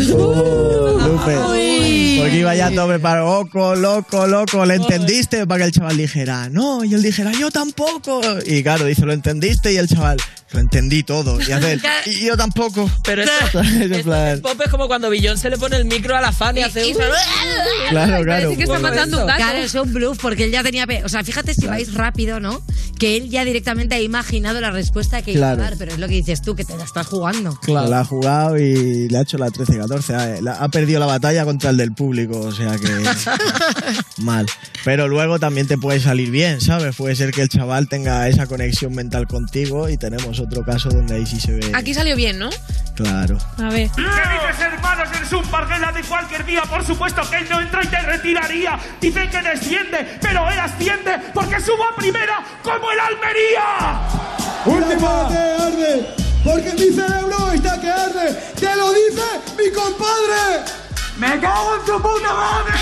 Lupe. Porque iba ya todo preparado. Loco, ¿le entendiste? Para que el chaval dijera, no, y él dijera, yo tampoco. Y claro, dice, ¿lo entendiste? Y el chaval, lo entendí todo. Y hace, y yo tampoco. Pero el pop es como cuando Beyoncé le pone el micro a la fan y hace... Claro. Parece que está matando un gato. Claro, es un bluff, porque él ya tenía... O sea, fíjate si vais rápido, ¿no? Que él ya directamente ha imaginado la respuesta que iba a dar, pero es lo que dices tú, que te la estás jugando. Claro. La ha jugado y le ha hecho la 13-14. Ha perdido la batalla contra el del público, o sea que mal. Pero luego también te puede salir bien, ¿sabes? Puede ser que el chaval tenga esa conexión mental contigo y tenemos otro caso donde ahí sí se ve. Aquí salió bien, ¿no? Claro. A ver. ¿Qué dices, hermanos? Eres un parguela de cualquier día. Por supuesto que él no entra y te retiraría. Dicen que desciende, pero él asciende porque subo a primera como el Almería. ¡Última! ¡Arde! Porque mi cerebro está que arde. ¡Te lo dice mi compadre! ¡Me cago en tu puta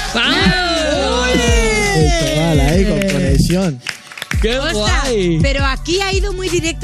madre! El chaval ahí con conexión. ¡Qué guay! Pero aquí ha ido muy directo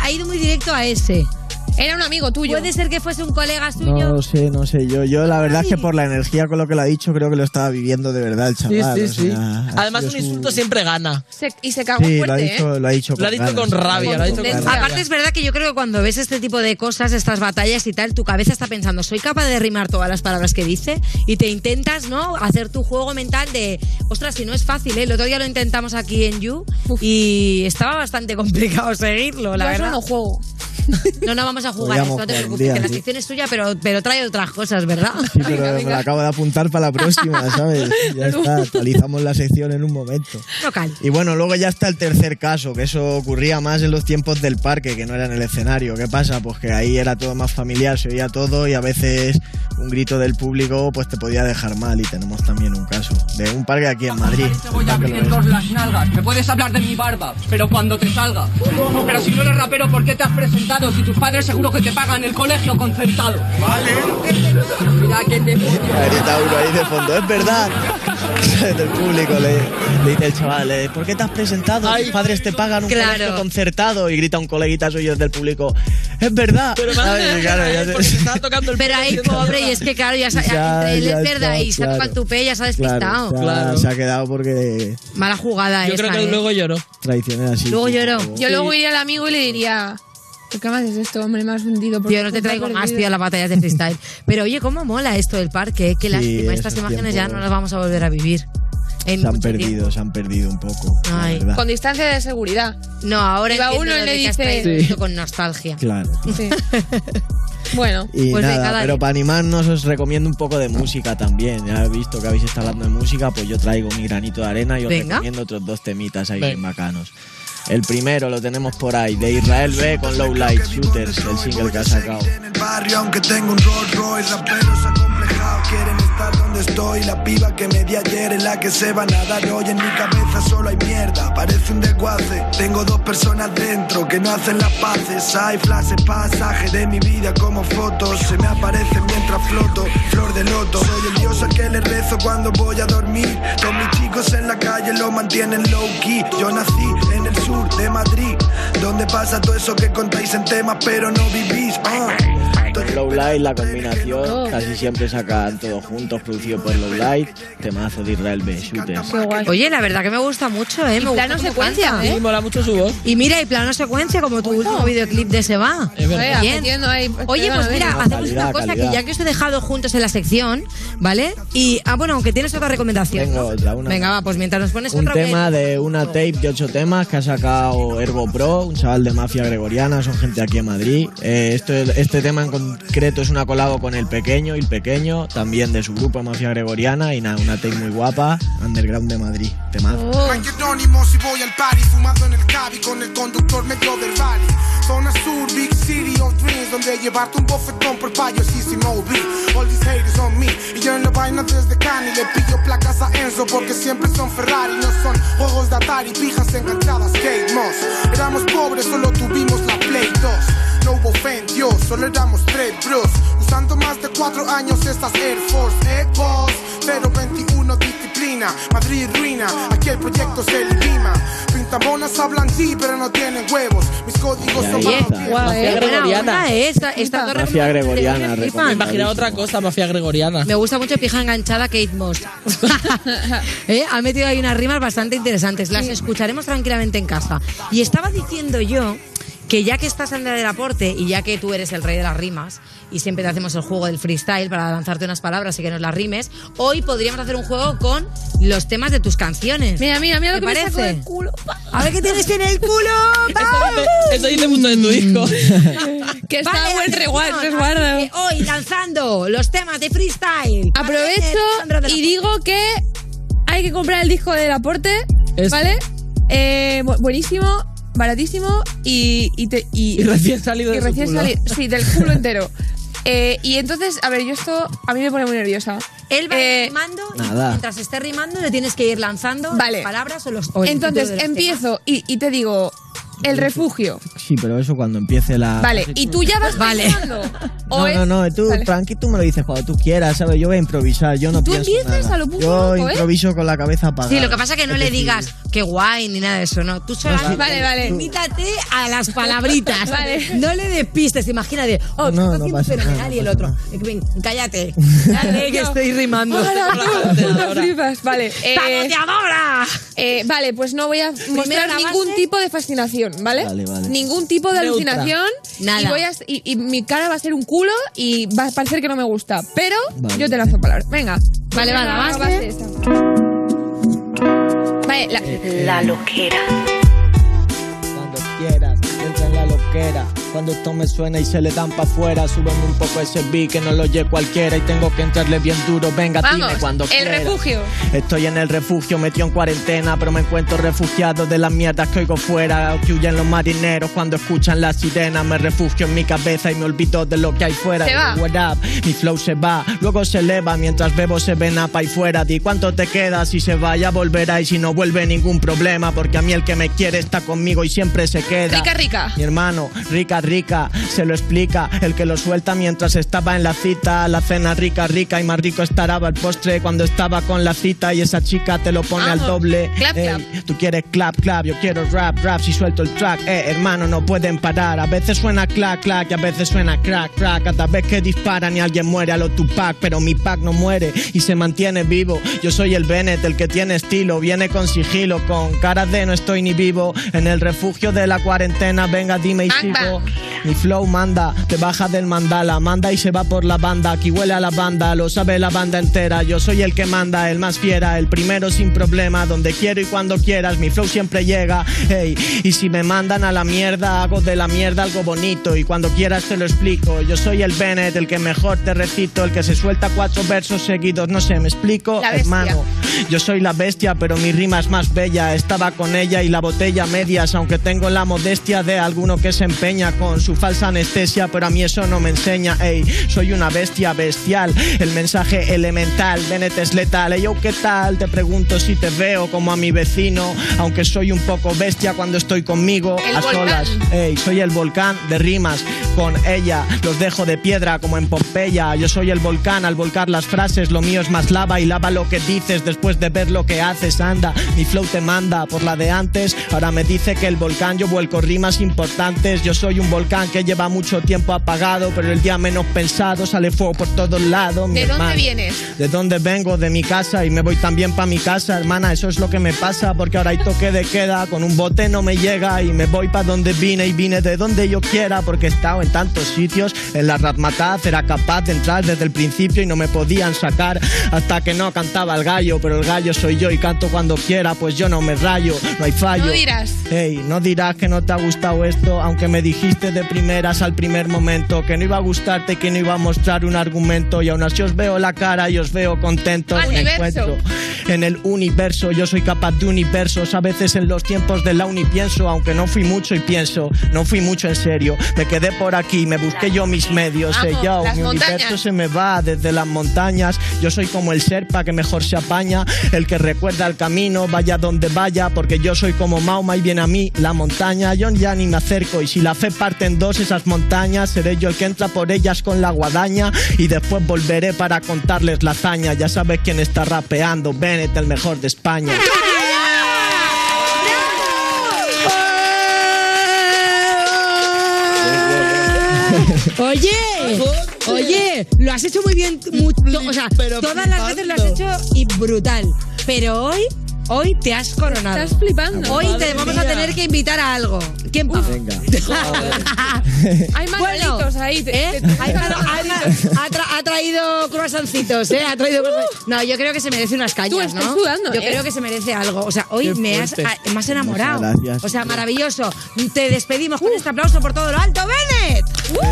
a ese. Era un amigo tuyo. Puede ser que fuese un colega suyo. No sé. Yo la verdad es que por la energía con lo que lo ha dicho, creo que lo estaba viviendo de verdad el chaval. Sí. Además, un insulto siempre gana. Y se cagó fuerte, lo ha dicho con rabia. Aparte, es verdad que yo creo que cuando ves este tipo de cosas, estas batallas y tal, tu cabeza está pensando, soy capaz de rimar todas las palabras que dice, y te intentas, ¿no?, hacer tu juego mental de, ostras, si no es fácil, ¿eh? El otro día lo intentamos aquí en You y estaba bastante complicado seguirlo, la verdad. No juego. No vamos a jugar esto, no te preocupes, que la sección es tuya, pero trae otras cosas, ¿verdad? Sí, pero me la acabo de apuntar para la próxima, ¿sabes? Ya está, actualizamos la sección en un momento. Local. Y bueno, luego ya está el tercer caso, que eso ocurría más en los tiempos del parque, que no era en el escenario. ¿Qué pasa? Pues que ahí era todo más familiar, se oía todo y a veces un grito del público pues te podía dejar mal, y tenemos también un caso de un parque aquí en Madrid. Voy a abrir todas las nalgas. Me puedes hablar de mi barba, pero cuando te salga. Pero si no eres rapero, ¿por qué te has presentado? Si tus padres seguro que te pagan el colegio concertado. Vale. Mira que te... Tauro ahí de fondo, es verdad. Del público le dice el chaval, ¿por qué te has presentado? Tus padres te pagan un colegio concertado. Y grita un coleguita suyo del público, es verdad. Pero porque se estaba tocando el pero ahí pobre, y es que claro, entre él es verdad y se ha tocado el tupé, ya se ha despistado. Claro. Se ha quedado porque... Mala jugada yo creo que luego lloró. Traicionera, sí. Luego lloró. Yo luego iría al amigo y le diría... ¿Por qué me haces esto, hombre? Me has hundido. Yo no te traigo más, tío, las batallas de freestyle. Pero oye, cómo mola esto del parque. Qué lástima. Estas imágenes ya no las vamos a volver a vivir. Se han perdido un poco. Con distancia de seguridad. No, ahora iba uno y le dice... con nostalgia. Claro. Sí. Bueno, y pues nada, pero para animarnos os recomiendo un poco de música también. Ya he visto que habéis estado hablando de música, pues yo traigo mi granito de arena y os recomiendo otros 2 temitas ahí bien bacanos. El primero lo tenemos por ahí, de Israel B con Low Light Shooters, el single que ha sacado. En el barrio, aunque tengo un Rolls Royce, raperos acomplejado, quieren estar donde estoy. La piba que me di ayer es la que se va a nadar hoy. En mi cabeza solo hay mierda, parece un desguace. Tengo 2 personas dentro que no hacen las paces. Hay flashes, pasajes de mi vida como fotos. Se me aparecen mientras floto, flor de loto. Soy el dios al que le rezo cuando voy a dormir. Todos mis chicos en la calle lo mantienen low key. Yo nací en el sur de Madrid, donde pasa todo eso que contáis en temas pero no vivís. Low Light, la combinación, casi siempre sacan todos juntos, producido por Low Light, temazo de Israel B, Shooters. Oye, la verdad que me gusta mucho, me gusta plano secuencia, Sí, mola mucho su voz. Y mira, y plano secuencia, como tu último videoclip de Se Va. Es verdad. Bien. Oye, pues mira, hacemos una cosa, que ya que os he dejado juntos en la sección, ¿vale? Y, bueno, aunque tienes otra recomendación. Tengo otra, una. Venga, va, pues mientras nos pones un otra... tema de una tape de 8 temas que ha sacado Ergo Pro, un chaval de Mafia Gregoriana, son gente aquí en Madrid. Este tema en concreto es una colabo con El Pequeño, y El Pequeño, también de su grupo Mafia Gregoriana, y nada, una tape muy guapa, underground de Madrid, temazo. Anónimo si voy al party, fumando en el cabi con el conductor medio del rally. Zona sur, big city of dreams, donde llevarte un bofetón por payo sí sin OB. All these haters on me, y yo en la vaina desde Cani le pillo placas a Enzo porque siempre son Ferrari, no son juegos de Atari, pijas enganchadas, Kate Moss. Éramos pobres, solo tuvimos la Play 2. No hubo fe en Dios, solo éramos 3 bros. Usando más de 4 años estas Air Force Ecos 021 disciplina, Madrid ruina, aquí el proyecto se elimina. Pintamonas hablan sí, pero no tienen huevos. Mis códigos son Mafia Gregoriana. Mafia Gregoriana. Me imaginaba otra cosa, Mafia Gregoriana. Me gusta mucho Pija Enganchada, Kate Moss. Ha metido ahí unas rimas bastante interesantes. Las escucharemos tranquilamente en casa. Y estaba diciendo yo que ya que está Sandra del Aporte y ya que tú eres el rey de las rimas y siempre te hacemos el juego del freestyle para lanzarte unas palabras y que nos las rimes, hoy podríamos hacer un juego con los temas de tus canciones. Mira lo que parece? me saco del culo. A ver qué tienes en el culo. Eso dice mucho de tu disco. Que está buen resguardo. Hoy lanzando los temas de freestyle. Aprovecho y digo que hay que comprar el disco del Aporte, ¿vale? Buenísimo, baratísimo y recién salido de su culo. Sí, del culo entero. Y entonces, a ver, esto a mí me pone muy nerviosa. Él va rimando y mientras esté rimando le tienes que ir lanzando las palabras o los... Entonces empiezo y te digo... El refugio. Sí, pero eso cuando empiece la... Vale, y tú ya vas pensando. No, tú tranqui, tú me lo dices cuando tú quieras, ¿sabes? Yo voy a improvisar, yo no pienso nada. Tú empiezas a lo puto Yo loco, improviso con la cabeza apagada. Sí, lo que pasa es que no le digas qué guay ni nada de eso, no. Tú solamente vale. limítate a las palabritas. Vale. No le despistes, imagínate. No estás haciendo pasa fenomenal nada, y el no otro. Cállate. Dale, que estoy rimando. Flipas, vale. ¡Saboteadora! Vale, pues no voy a mostrar ningún tipo de fascinación, ¿vale? Vale. Ningún tipo de alucinación. Nada. Y mi cara va a ser un culo y va a parecer que no me gusta. Pero yo te lanzo palabras. Venga. Vale, la base. Vale, la loquera. Cuando quieras, entra en la loquera. Cuando esto me suena y se le dan pa' afuera, súbeme un poco ese beat que no lo oye cualquiera y tengo que entrarle bien duro. Venga, dime cuando quieras. El refugio. Estoy en el refugio, metido en cuarentena, pero me encuentro refugiado de las mierdas que oigo fuera. Que huyen los marineros cuando escuchan la sirena. Me refugio en mi cabeza y me olvido de lo que hay fuera. Se va. What up? Mi flow se va, luego se eleva mientras bebo se ven apa ahí fuera. Di cuánto te queda, si se va ya volverá y si no vuelve ningún problema, porque a mí el que me quiere está conmigo y siempre se queda. Rica. Mi hermano, rica, se lo explica el que lo suelta mientras estaba en la cita. La cena rica y más rico estará el postre cuando estaba con la cita y esa chica te lo pone al doble. Clap. Tú quieres clap, yo quiero rap, si suelto el track. Hermano, no pueden parar. A veces suena clac y a veces suena crack. Cada vez que disparan y alguien muere a lo Tupac, pero mi pack no muere y se mantiene vivo. Yo soy el Bennett, el que tiene estilo, viene con sigilo, con caras de no estoy ni vivo. En el refugio de la cuarentena, venga, dime y sigo. Mi flow manda, te baja del mandala, manda y se va por la banda. Aquí huele a la banda, lo sabe la banda entera. Yo soy el que manda, el más fiera, el primero sin problema. Donde quiero y cuando quieras, mi flow siempre llega. Hey, y si me mandan a la mierda, hago de la mierda algo bonito. Y cuando quieras te lo explico. Yo soy el Bennett, el que mejor te recito, el que se suelta 4 versos seguidos. No sé, ¿me explico? Hermano, yo soy la bestia, pero mi rima es más bella. Estaba con ella y la botella medias, aunque tengo la modestia de alguno que se empeña con su falsa anestesia, pero a mí eso no me enseña. Ey, soy una bestia bestial, el mensaje elemental. Bennett es letal. Ey, yo, ¿qué tal? Te pregunto si te veo como a mi vecino, aunque soy un poco bestia cuando estoy conmigo a solas. Ey, soy el volcán de rimas. Con ella los dejo de piedra como en Pompeya. Yo soy el volcán al volcar las frases. Lo mío es más lava y lava lo que dices después de ver lo que haces. Anda, mi flow te manda por la de antes. Ahora me dice que el volcán yo vuelco rimas importantes. Yo soy un volcán que lleva mucho tiempo apagado, pero el día menos pensado sale fuego por todos lados. ¿De dónde vienes? ¿De dónde vengo? De mi casa, y me voy también pa' mi casa, hermana. Eso es lo que me pasa, porque ahora hay toque de queda. Con un bote no me llega y me voy pa' donde vine, y vine de donde yo quiera, porque he estado en tantos sitios. En la Razmataz era capaz de entrar desde el principio y no me podían sacar hasta que no cantaba el gallo, pero el gallo soy yo y canto cuando quiera, pues yo no me rayo, no hay fallo. No dirás. Hey, no dirás que no te ha gustado esto, aunque me dijiste de primeras al primer momento que no iba a gustarte y que no iba a mostrar un argumento, y aún así os veo la cara y os veo contentos. Me encuentro en el universo, yo soy capaz de universos. A veces en los tiempos de la uni pienso, aunque no fui mucho y pienso, no fui mucho en serio. Me quedé por aquí, me busqué yo mis medios. Yo, mi universo se me va desde las montañas. Yo soy como el Sherpa que mejor se apaña, el que recuerda el camino, vaya donde vaya, porque yo soy como Mahoma y viene a mí la montaña. Yo ya ni me acerco, y si la fe parte en dos esas montañas, seré yo el que entra por ellas con la guadaña, y después volveré para contarles la hazaña. Ya sabes quién está rapeando, Bennett, el mejor de España. Oye, lo has hecho muy bien, o sea, todas las veces lo has hecho y brutal, pero hoy te has coronado. Estás flipando. Hoy te vamos a tener que invitar a algo. ¿Quién paga? Venga. Hay manuelitos ahí. Ha traído croissancitos, ¿eh? Ha traído No, yo creo que se merece unas cañas, ¿no? Sudando, yo creo que se merece algo. O sea, hoy me has enamorado. Muchas gracias. O sea, maravilloso. Te despedimos con este aplauso por todo lo alto, Bennett.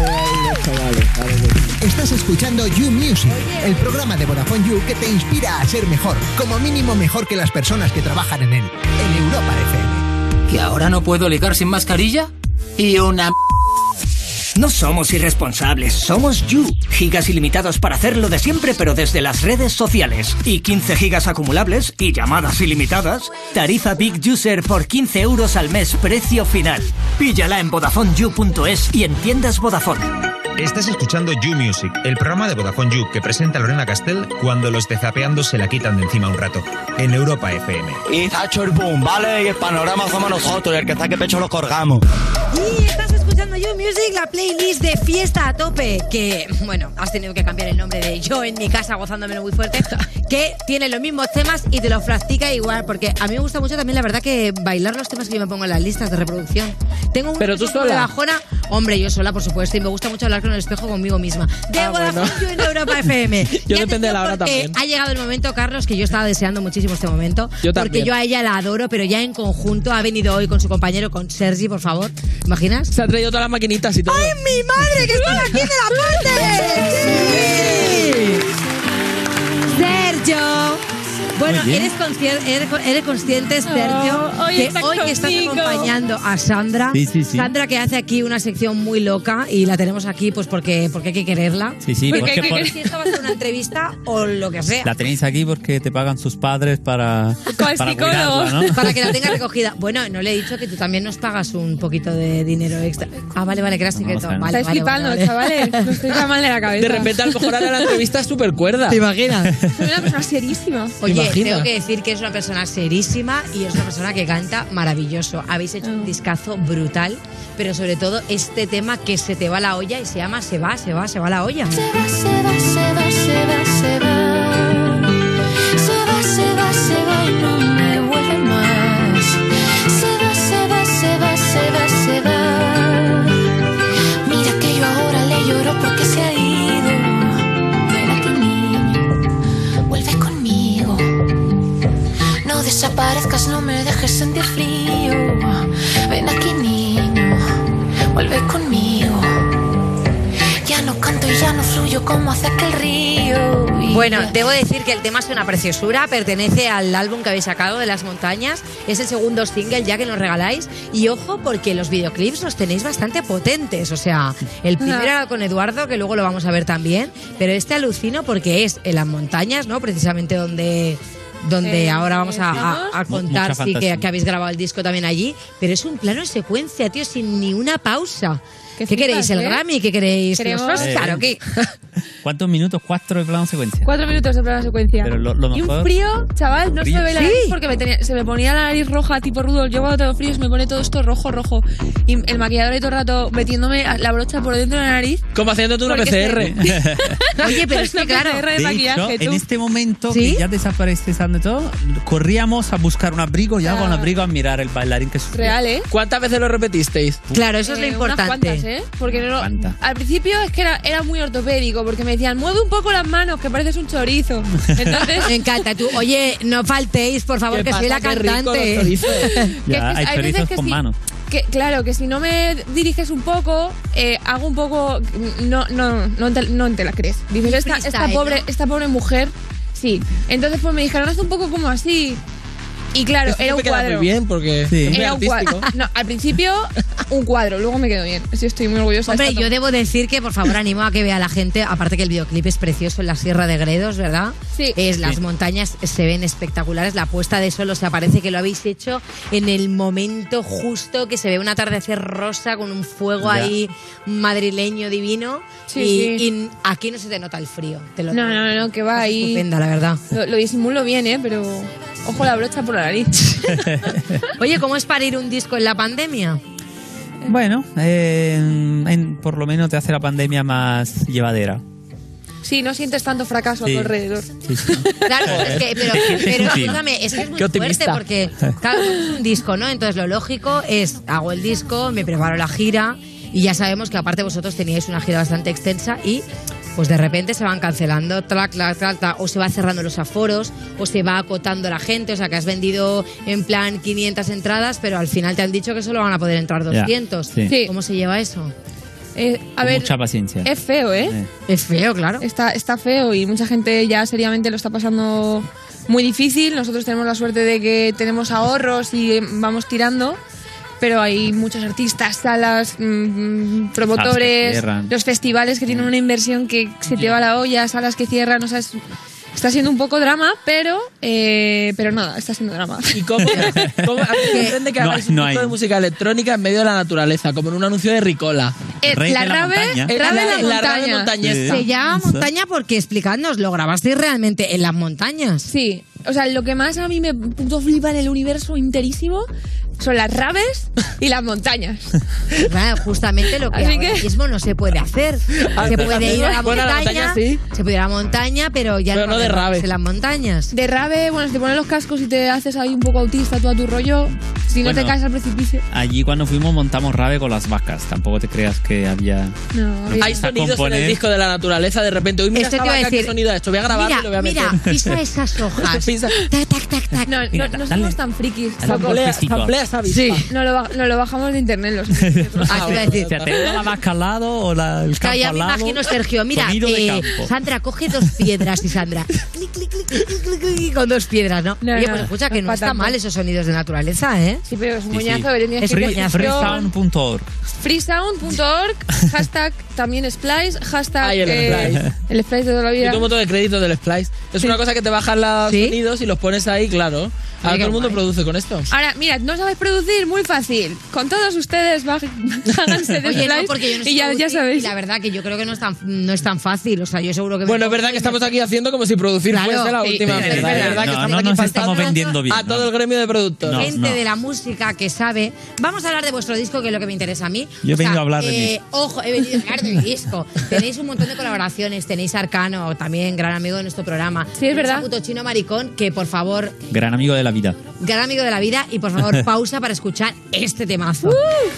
Estás escuchando You Music, el programa de Vodafone You que te inspira a ser mejor, como mínimo mejor que las personas que trabajan en él, en Europa FM. ¿Que ahora no puedo ligar sin mascarilla? Y una... No somos irresponsables, somos You. Gigas ilimitados para hacerlo de siempre, pero desde las redes sociales. Y 15 gigas acumulables y llamadas ilimitadas. Tarifa Big User por 15 euros al mes, precio final. Píllala en VodafoneYou.es y en tiendas Vodafone. Estás escuchando You Music, el programa de Vodafone You que presenta Lorena Castell cuando los de Zapeando se la quitan de encima un rato. En Europa FM. Y ha hecho el boom, ¿vale? Y el panorama somos nosotros, y el que saque pecho lo colgamos. Y estás escuchando You Music, la playlist de fiesta a tope. Que, bueno, has tenido que cambiar el nombre de Yo en mi casa gozándomelo muy fuerte. Que tiene los mismos temas y te los practica igual. Porque a mí me gusta mucho también, la verdad, que bailar los temas que yo me pongo en las listas de reproducción. Tengo un Pero tú sola. de bajona. Hombre, yo sola, por supuesto. Y me gusta mucho hablar con el espejo conmigo misma. De Vodafone You en Europa FM. Yo depende de la hora también. Ha llegado el momento, Carlos, que yo estaba deseando muchísimo este momento. Yo porque también. yo a ella la adoro, pero ya en conjunto ha venido hoy con su compañero, con Sergi, por favor. ¿Te imaginas? Se ha traído todas las maquinitas y todo. ¡Ay, mi madre, que está aquí de la parte! ¡Sí! ¡Sergio! Bueno, eres consciente, Sergio, que hoy que estás acompañando a Sandra. Sí. Sandra, que hace aquí una sección muy loca y la tenemos aquí pues porque hay que quererla. Sí, porque porque si esto va a ser una entrevista o lo que sea. la tenéis aquí porque te pagan sus padres para cuidarla, ¿no? Para que la tenga recogida. Bueno, no le he dicho que tú también nos pagas un poquito de dinero extra. Ah, vale, que era secreto. Estáis flipando, chavales. No estoy tan mal de la cabeza. De repente, a lo mejor ahora la entrevista es súper cuerda. ¿Te imaginas? Soy una persona serísima. Oye, tengo que decir que es una persona serísima y es una persona que canta maravilloso. Habéis hecho un discazo brutal, pero sobre todo este tema que se te va la olla y se llama Se va la olla. Se va y no me vuelve más. Se va. Mira que yo ahora le lloro porque se ha ido. Ven aquí, niño, vuelve conmigo. No desaparezcas, no me dejes sentir frío. Ven aquí, niño, vuelve conmigo. Ya no canto y ya no fluyo como hace aquel río. Bueno, debo decir que el tema es una preciosura, pertenece al álbum que habéis sacado de Las Montañas, es el segundo single ya que nos regaláis y ojo porque los videoclips los tenéis bastante potentes, o sea, el primero era con Eduardo, que luego lo vamos a ver también, pero este alucino porque es en Las Montañas, ¿no? Precisamente donde ahora vamos a contar sí, que habéis grabado el disco también allí, pero es un plano en secuencia, tío, sin ni una pausa. ¿Qué queréis? ¿El Grammy? ¿Qué queréis? ¿Los Oscar o qué? ¿Cuántos minutos? 4 de plano secuencia. 4 minutos de plano secuencia. Pero lo y un mejor... frío, chaval, no se me ve la ¿Sí? nariz porque se me ponía la nariz roja tipo Rudolf. Yo cuando tengo frío se me pone todo esto rojo. Y el maquillador ahí todo el rato metiéndome la brocha por dentro de la nariz. Como haciéndote una PCR. Oye, pero es que claro, de hecho, en este momento que ya desaparece de todo, corríamos a buscar un abrigo y hago un abrigo a mirar el bailarín que sufría. Real, ¿eh? ¿Cuántas veces lo repetisteis? Claro, eso es lo importante. Unas cuantas, ¿eh? Porque al principio es que era muy ortopédico, porque me decían, mueve un poco las manos, que pareces un chorizo. Entonces... Me encanta. Tú, oye, no faltéis, por favor, que soy la cantante. Ya, hay chorizos con manos. Claro, que si no me diriges un poco, hago un poco... No te la crees. Dices, esta pobre mujer... Sí. Entonces pues me dijeron, haz un poco como así... Y claro, era un cuadro. Muy bien porque era un cuadro. No, al principio un cuadro, luego me quedó bien. Sí, estoy muy orgullosa. Hombre, yo debo decir que por favor animo a que vea la gente, aparte que el videoclip es precioso en la Sierra de Gredos, ¿verdad? Sí. Las montañas se ven espectaculares, la puesta de sol, o sea, parece que lo habéis hecho en el momento justo, que se ve un atardecer rosa con un fuego ahí madrileño divino. Y aquí no se te nota el frío. No, que va ahí. Estupenda, la verdad. Lo disimulo bien, pero ojo la brocha por la nariz. Oye, ¿cómo es parir un disco en la pandemia? Bueno, por lo menos te hace la pandemia más llevadera. Sí, no sientes tanto fracaso a tu alrededor. Claro, es que, pero escúchame, es que es muy fuerte porque, claro, es un disco, ¿no? Entonces lo lógico es, hago el disco, me preparo la gira y ya sabemos que aparte vosotros teníais una gira bastante extensa y pues de repente se van cancelando, o se va cerrando los aforos, o se va acotando la gente, o sea que has vendido en plan 500 entradas, pero al final te han dicho que solo van a poder entrar 200. Sí. ¿Cómo se lleva eso? A ver, mucha paciencia. Es feo, ¿eh? Es feo, claro. Está feo y mucha gente ya seriamente lo está pasando muy difícil. Nosotros tenemos la suerte de que tenemos ahorros y vamos tirando, pero hay muchos artistas, salas, promotores, los festivales que tienen una inversión que se te va la olla, salas que cierran, o sea, está siendo un poco drama, pero nada, está siendo drama. ¿Y cómo entiende que hagáis un disco de música electrónica en medio de la naturaleza, como en un anuncio de Ricola? La rave en la montaña. Se llama montaña porque, explicadnos, ¿lo grabasteis realmente en las montañas? Sí, o sea, lo que más a mí me puto flipa en el universo enterísimo son las raves y las montañas. Claro, justamente lo que ahora mismo no se puede hacer. Se puede ir a la montaña, se puede ir a la montaña, pero ya no de raves en las montañas. De rave, bueno, si te pones los cascos y te haces ahí un poco autista todo a tu rollo, si no te caes al precipicio. Allí cuando fuimos montamos rave con las vacas, tampoco te creas que había... Hay sonidos en el disco de la naturaleza, de repente, uy, mira esta vaca, qué sonido esto, voy a grabarlo y lo voy a meter. Mira, pisa esas hojas. Tac. No somos tan frikis. Sí. No lo bajamos de internet. Te tengo la vaca al lado o el campo ya al me lado. imagino, Sergio, mira, Sandra, coge 2 piedras y Sandra, clic, con 2 piedras, ¿no? Oye, pues escucha, que no está mal esos sonidos de naturaleza, ¿eh? Sí, pero es un moñazo que tenías que Freesound.org. Freesound.org, hashtag también Splice, hashtag el Splice de toda la vida. Y tu moto de crédito del Splice. Es una cosa que te bajan los sonidos y los pones ahí, claro. Ahora todo el mundo produce con esto. Ahora, mira, ¿no sabes producir? Muy fácil. Con todos ustedes, háganse de Splice. No, porque yo no sé y ya sabéis. Y la verdad que yo creo que no es tan fácil. O sea, yo seguro que... Bueno, es verdad que estamos aquí haciendo como si producir fuese la última mierda. Es verdad que estamos aquí estamos vendiendo bien. A todo el gremio de productores. Gente de la música que sabe. Vamos a hablar de vuestro disco, que es lo que me interesa a mí. Yo vengo a hablar de mí. Ojo, he venido a hablar de mi disco. Tenéis un montón de colaboraciones. Tenéis a Arcano, también gran amigo de nuestro programa. Sí, es verdad. Puto Chino Maricón, que por favor... Gran amigo de la vida. Gran amigo de la vida. Y por favor, pausa para escuchar este temazo.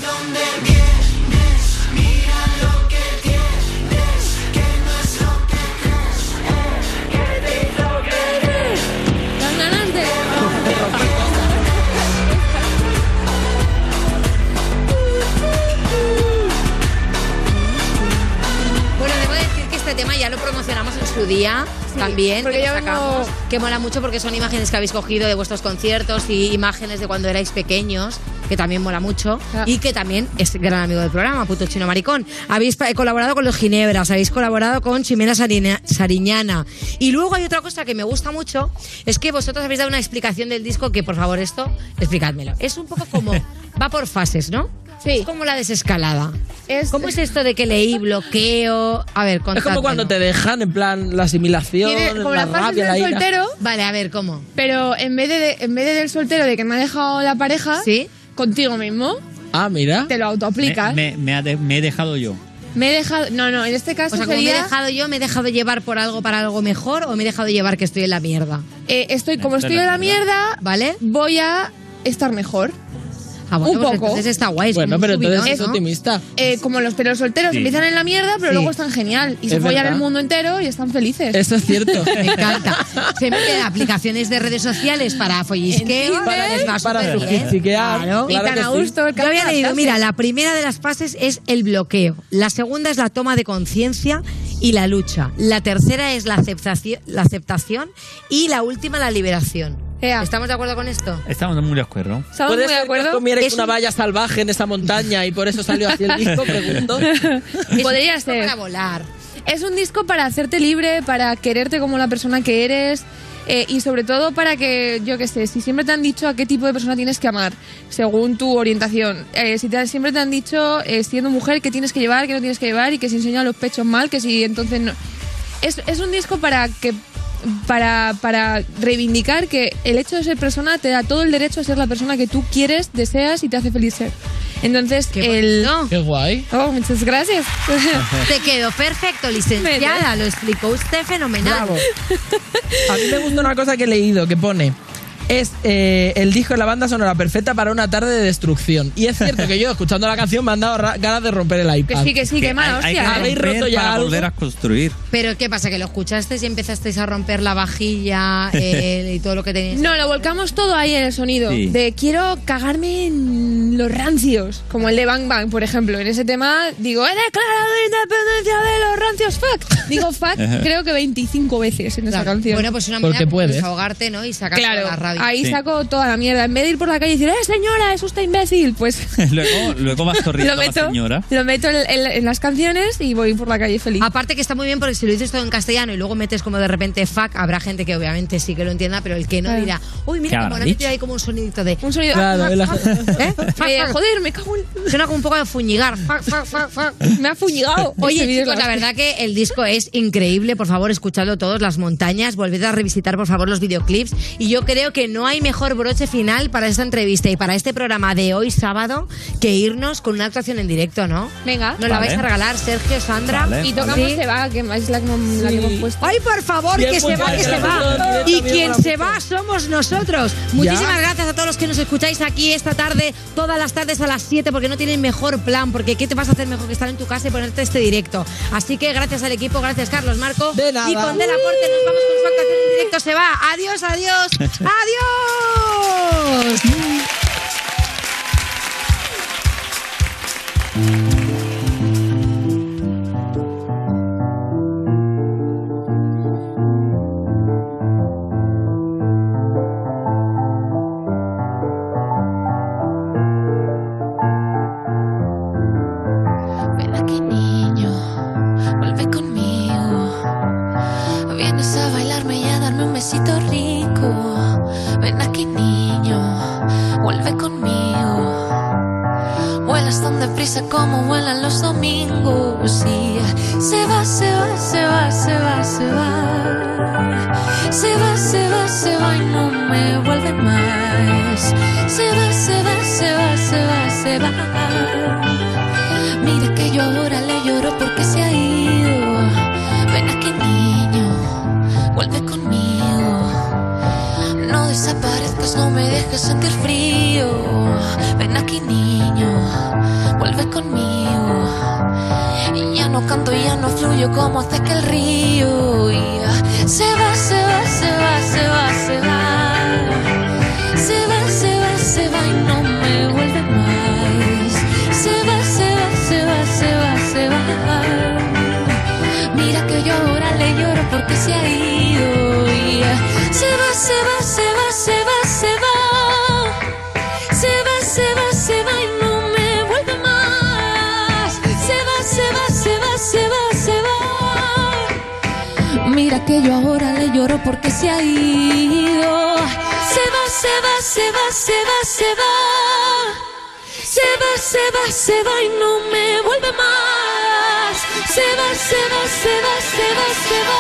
Este tema ya lo promocionamos en su día también, porque que sacamos, que mola mucho porque son imágenes que habéis cogido de vuestros conciertos y imágenes de cuando erais pequeños, que también mola mucho, y que también es gran amigo del programa, Puto Chino Maricón. Habéis colaborado con Los Ginebras, habéis colaborado con Ximena Sariñana, y luego hay otra cosa que me gusta mucho, es que vosotros habéis dado una explicación del disco que, por favor, esto, explicádmelo. Es un poco como, va por fases, ¿no? Sí. Es como la desescalada. ¿Cómo es esto de que leí, bloqueo? A ver, contádmelo. Es como cuando te dejan, en plan, la asimilación, como la rabia, la ira. Soltero. Vale, a ver, ¿cómo? Pero en vez de del soltero, de que me ha dejado la pareja, contigo mismo. Ah, mira. Te lo autoaplicas. Me he dejado yo. Me he dejado... No, en este caso como sería... me he dejado yo, ¿me he dejado llevar por algo para algo mejor o me he dejado llevar que estoy en la mierda? Estoy en la mierda, ¿vale? Voy a estar mejor. Ah, bueno, un pues poco. Entonces está guay. Bueno, pero subidón, entonces es ¿no? optimista. Como los solteros empiezan en la mierda, pero luego están genial. Y se follan el mundo entero y están felices. Eso es cierto. Me encanta. Se meten aplicaciones de redes sociales para follisqueo, para sofistiquear. Claro. Y tan a gusto. Yo había leído, mira, la primera de las fases es el bloqueo. La segunda es la toma de conciencia y la lucha. La tercera es la aceptación y la última la liberación. ¿Estamos de acuerdo con esto? Estamos muy de acuerdo. ¿Estamos muy de acuerdo? Comierais una valla salvaje en esa montaña y por eso salió así el disco, pregunto. Podría ser. Para volar. Es un disco para hacerte libre, para quererte como la persona que eres. Y sobre todo para que, yo qué sé, si siempre te han dicho a qué tipo de persona tienes que amar, según tu orientación, siempre te han dicho, siendo mujer, qué tienes que llevar, qué no tienes que llevar, y que si enseñan los pechos mal, que si entonces no... Es un disco para reivindicar que el hecho de ser persona te da todo el derecho a ser la persona que tú quieres, deseas y te hace feliz ser. Entonces, Qué guay. Oh, muchas gracias. Te quedó perfecto, licenciada. Lo explicó usted fenomenal. Bravo. A mí me gusta una cosa que he leído que pone: es el disco de la banda sonora perfecta para una tarde de destrucción. Y es cierto que yo, escuchando la canción, me han dado ganas de romper el iPad. Que sí, que mala Hay que hostia. ¿Habéis roto ya para algo? volver a construir. Pero ¿qué pasa? ¿Que lo escuchasteis y empezasteis a romper la vajilla y todo lo que teníais? No, lo volcamos todo ahí en el sonido. Sí. De quiero cagarme en los rancios. Como el de Bang Bang, por ejemplo. En ese tema digo, he declarado independencia de los rancios, fuck. Digo fuck creo que 25 veces en esa canción. Bueno, pues una manera de desahogarte, ¿no? Y sacar toda la rabia. Ahí saco toda la mierda. En vez de ir por la calle y decir, señora, es usted imbécil, pues luego vas corriendo a la señora. lo meto en las canciones y voy por la calle feliz. Aparte que está muy bien porque si lo dices todo en castellano y luego metes como de repente fuck, habrá gente que obviamente sí que lo entienda, pero el que no dirá, uy, mira cómo le ha metido ahí como un sonidito de... Un sonido... Claro, joder, me cago en... Suena como un poco de fuñigar. Me ha fuñigado. Oye, chicos, la verdad que el disco es increíble. Por favor, escuchadlo todos, Las Montañas. Volved a revisitar, por favor, los videoclips. Y yo creo que no hay mejor broche final para esta entrevista y para este programa de hoy, sábado, que irnos con una actuación en directo, ¿no? Venga. Nos la vais a regalar, Sergio, Sandra. Y tocamos Se va, que es la que hemos puesto. ¡Ay, por favor, Bien, que se va, que se va! Y quien se va somos nosotros. Muchísimas gracias a todos los que nos escucháis aquí esta tarde, todas las tardes a las 7, porque no tienen mejor plan, porque ¿qué te vas a hacer mejor que estar en tu casa y ponerte este directo? Así que gracias al equipo, gracias Carlos Marco. De nada. Y con Del Aporte nos vamos con su actuación en directo. Se va. Adiós, adiós, adiós. Ven aquí, niño, vuelve conmigo. Vienes a bailarme y a darme un besito rico. Ven aquí, niño, vuelve conmigo. Vuelas tan deprisa como vuelan los domingos. Y se va, se va, se va, se va, se va. Se va, se va, se va y no me vuelve más. Se va, se va, se va, se va, se va. Mira que yo ahora le lloro porque se ha ido. Ven aquí, niño, vuelve conmigo. No desaparezcas, no me dejes sentir frío. Ven aquí, niño, vuelve conmigo. Y ya no canto, ya no fluyo como hace que el río. Y se va, se va, se va, se va, se va. Se va, se va, se va y no me vuelve más. Se va, se va, se va, se va, se va. Mira que yo ahora le lloro porque se ha ido. Y se va, se va, se va, se va, se va. Se va, se va, se va y no me vuelve más. Se va, se va, se va, se va, se va. Mira que yo ahora le lloro porque se ha ido. Se va, se va, se va, se va, se va. Se va, se va, se va y no me vuelve más. Se va, se va, se va, se va, se va.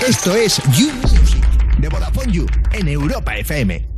Esto es You Music de Vodafone You en Europa FM.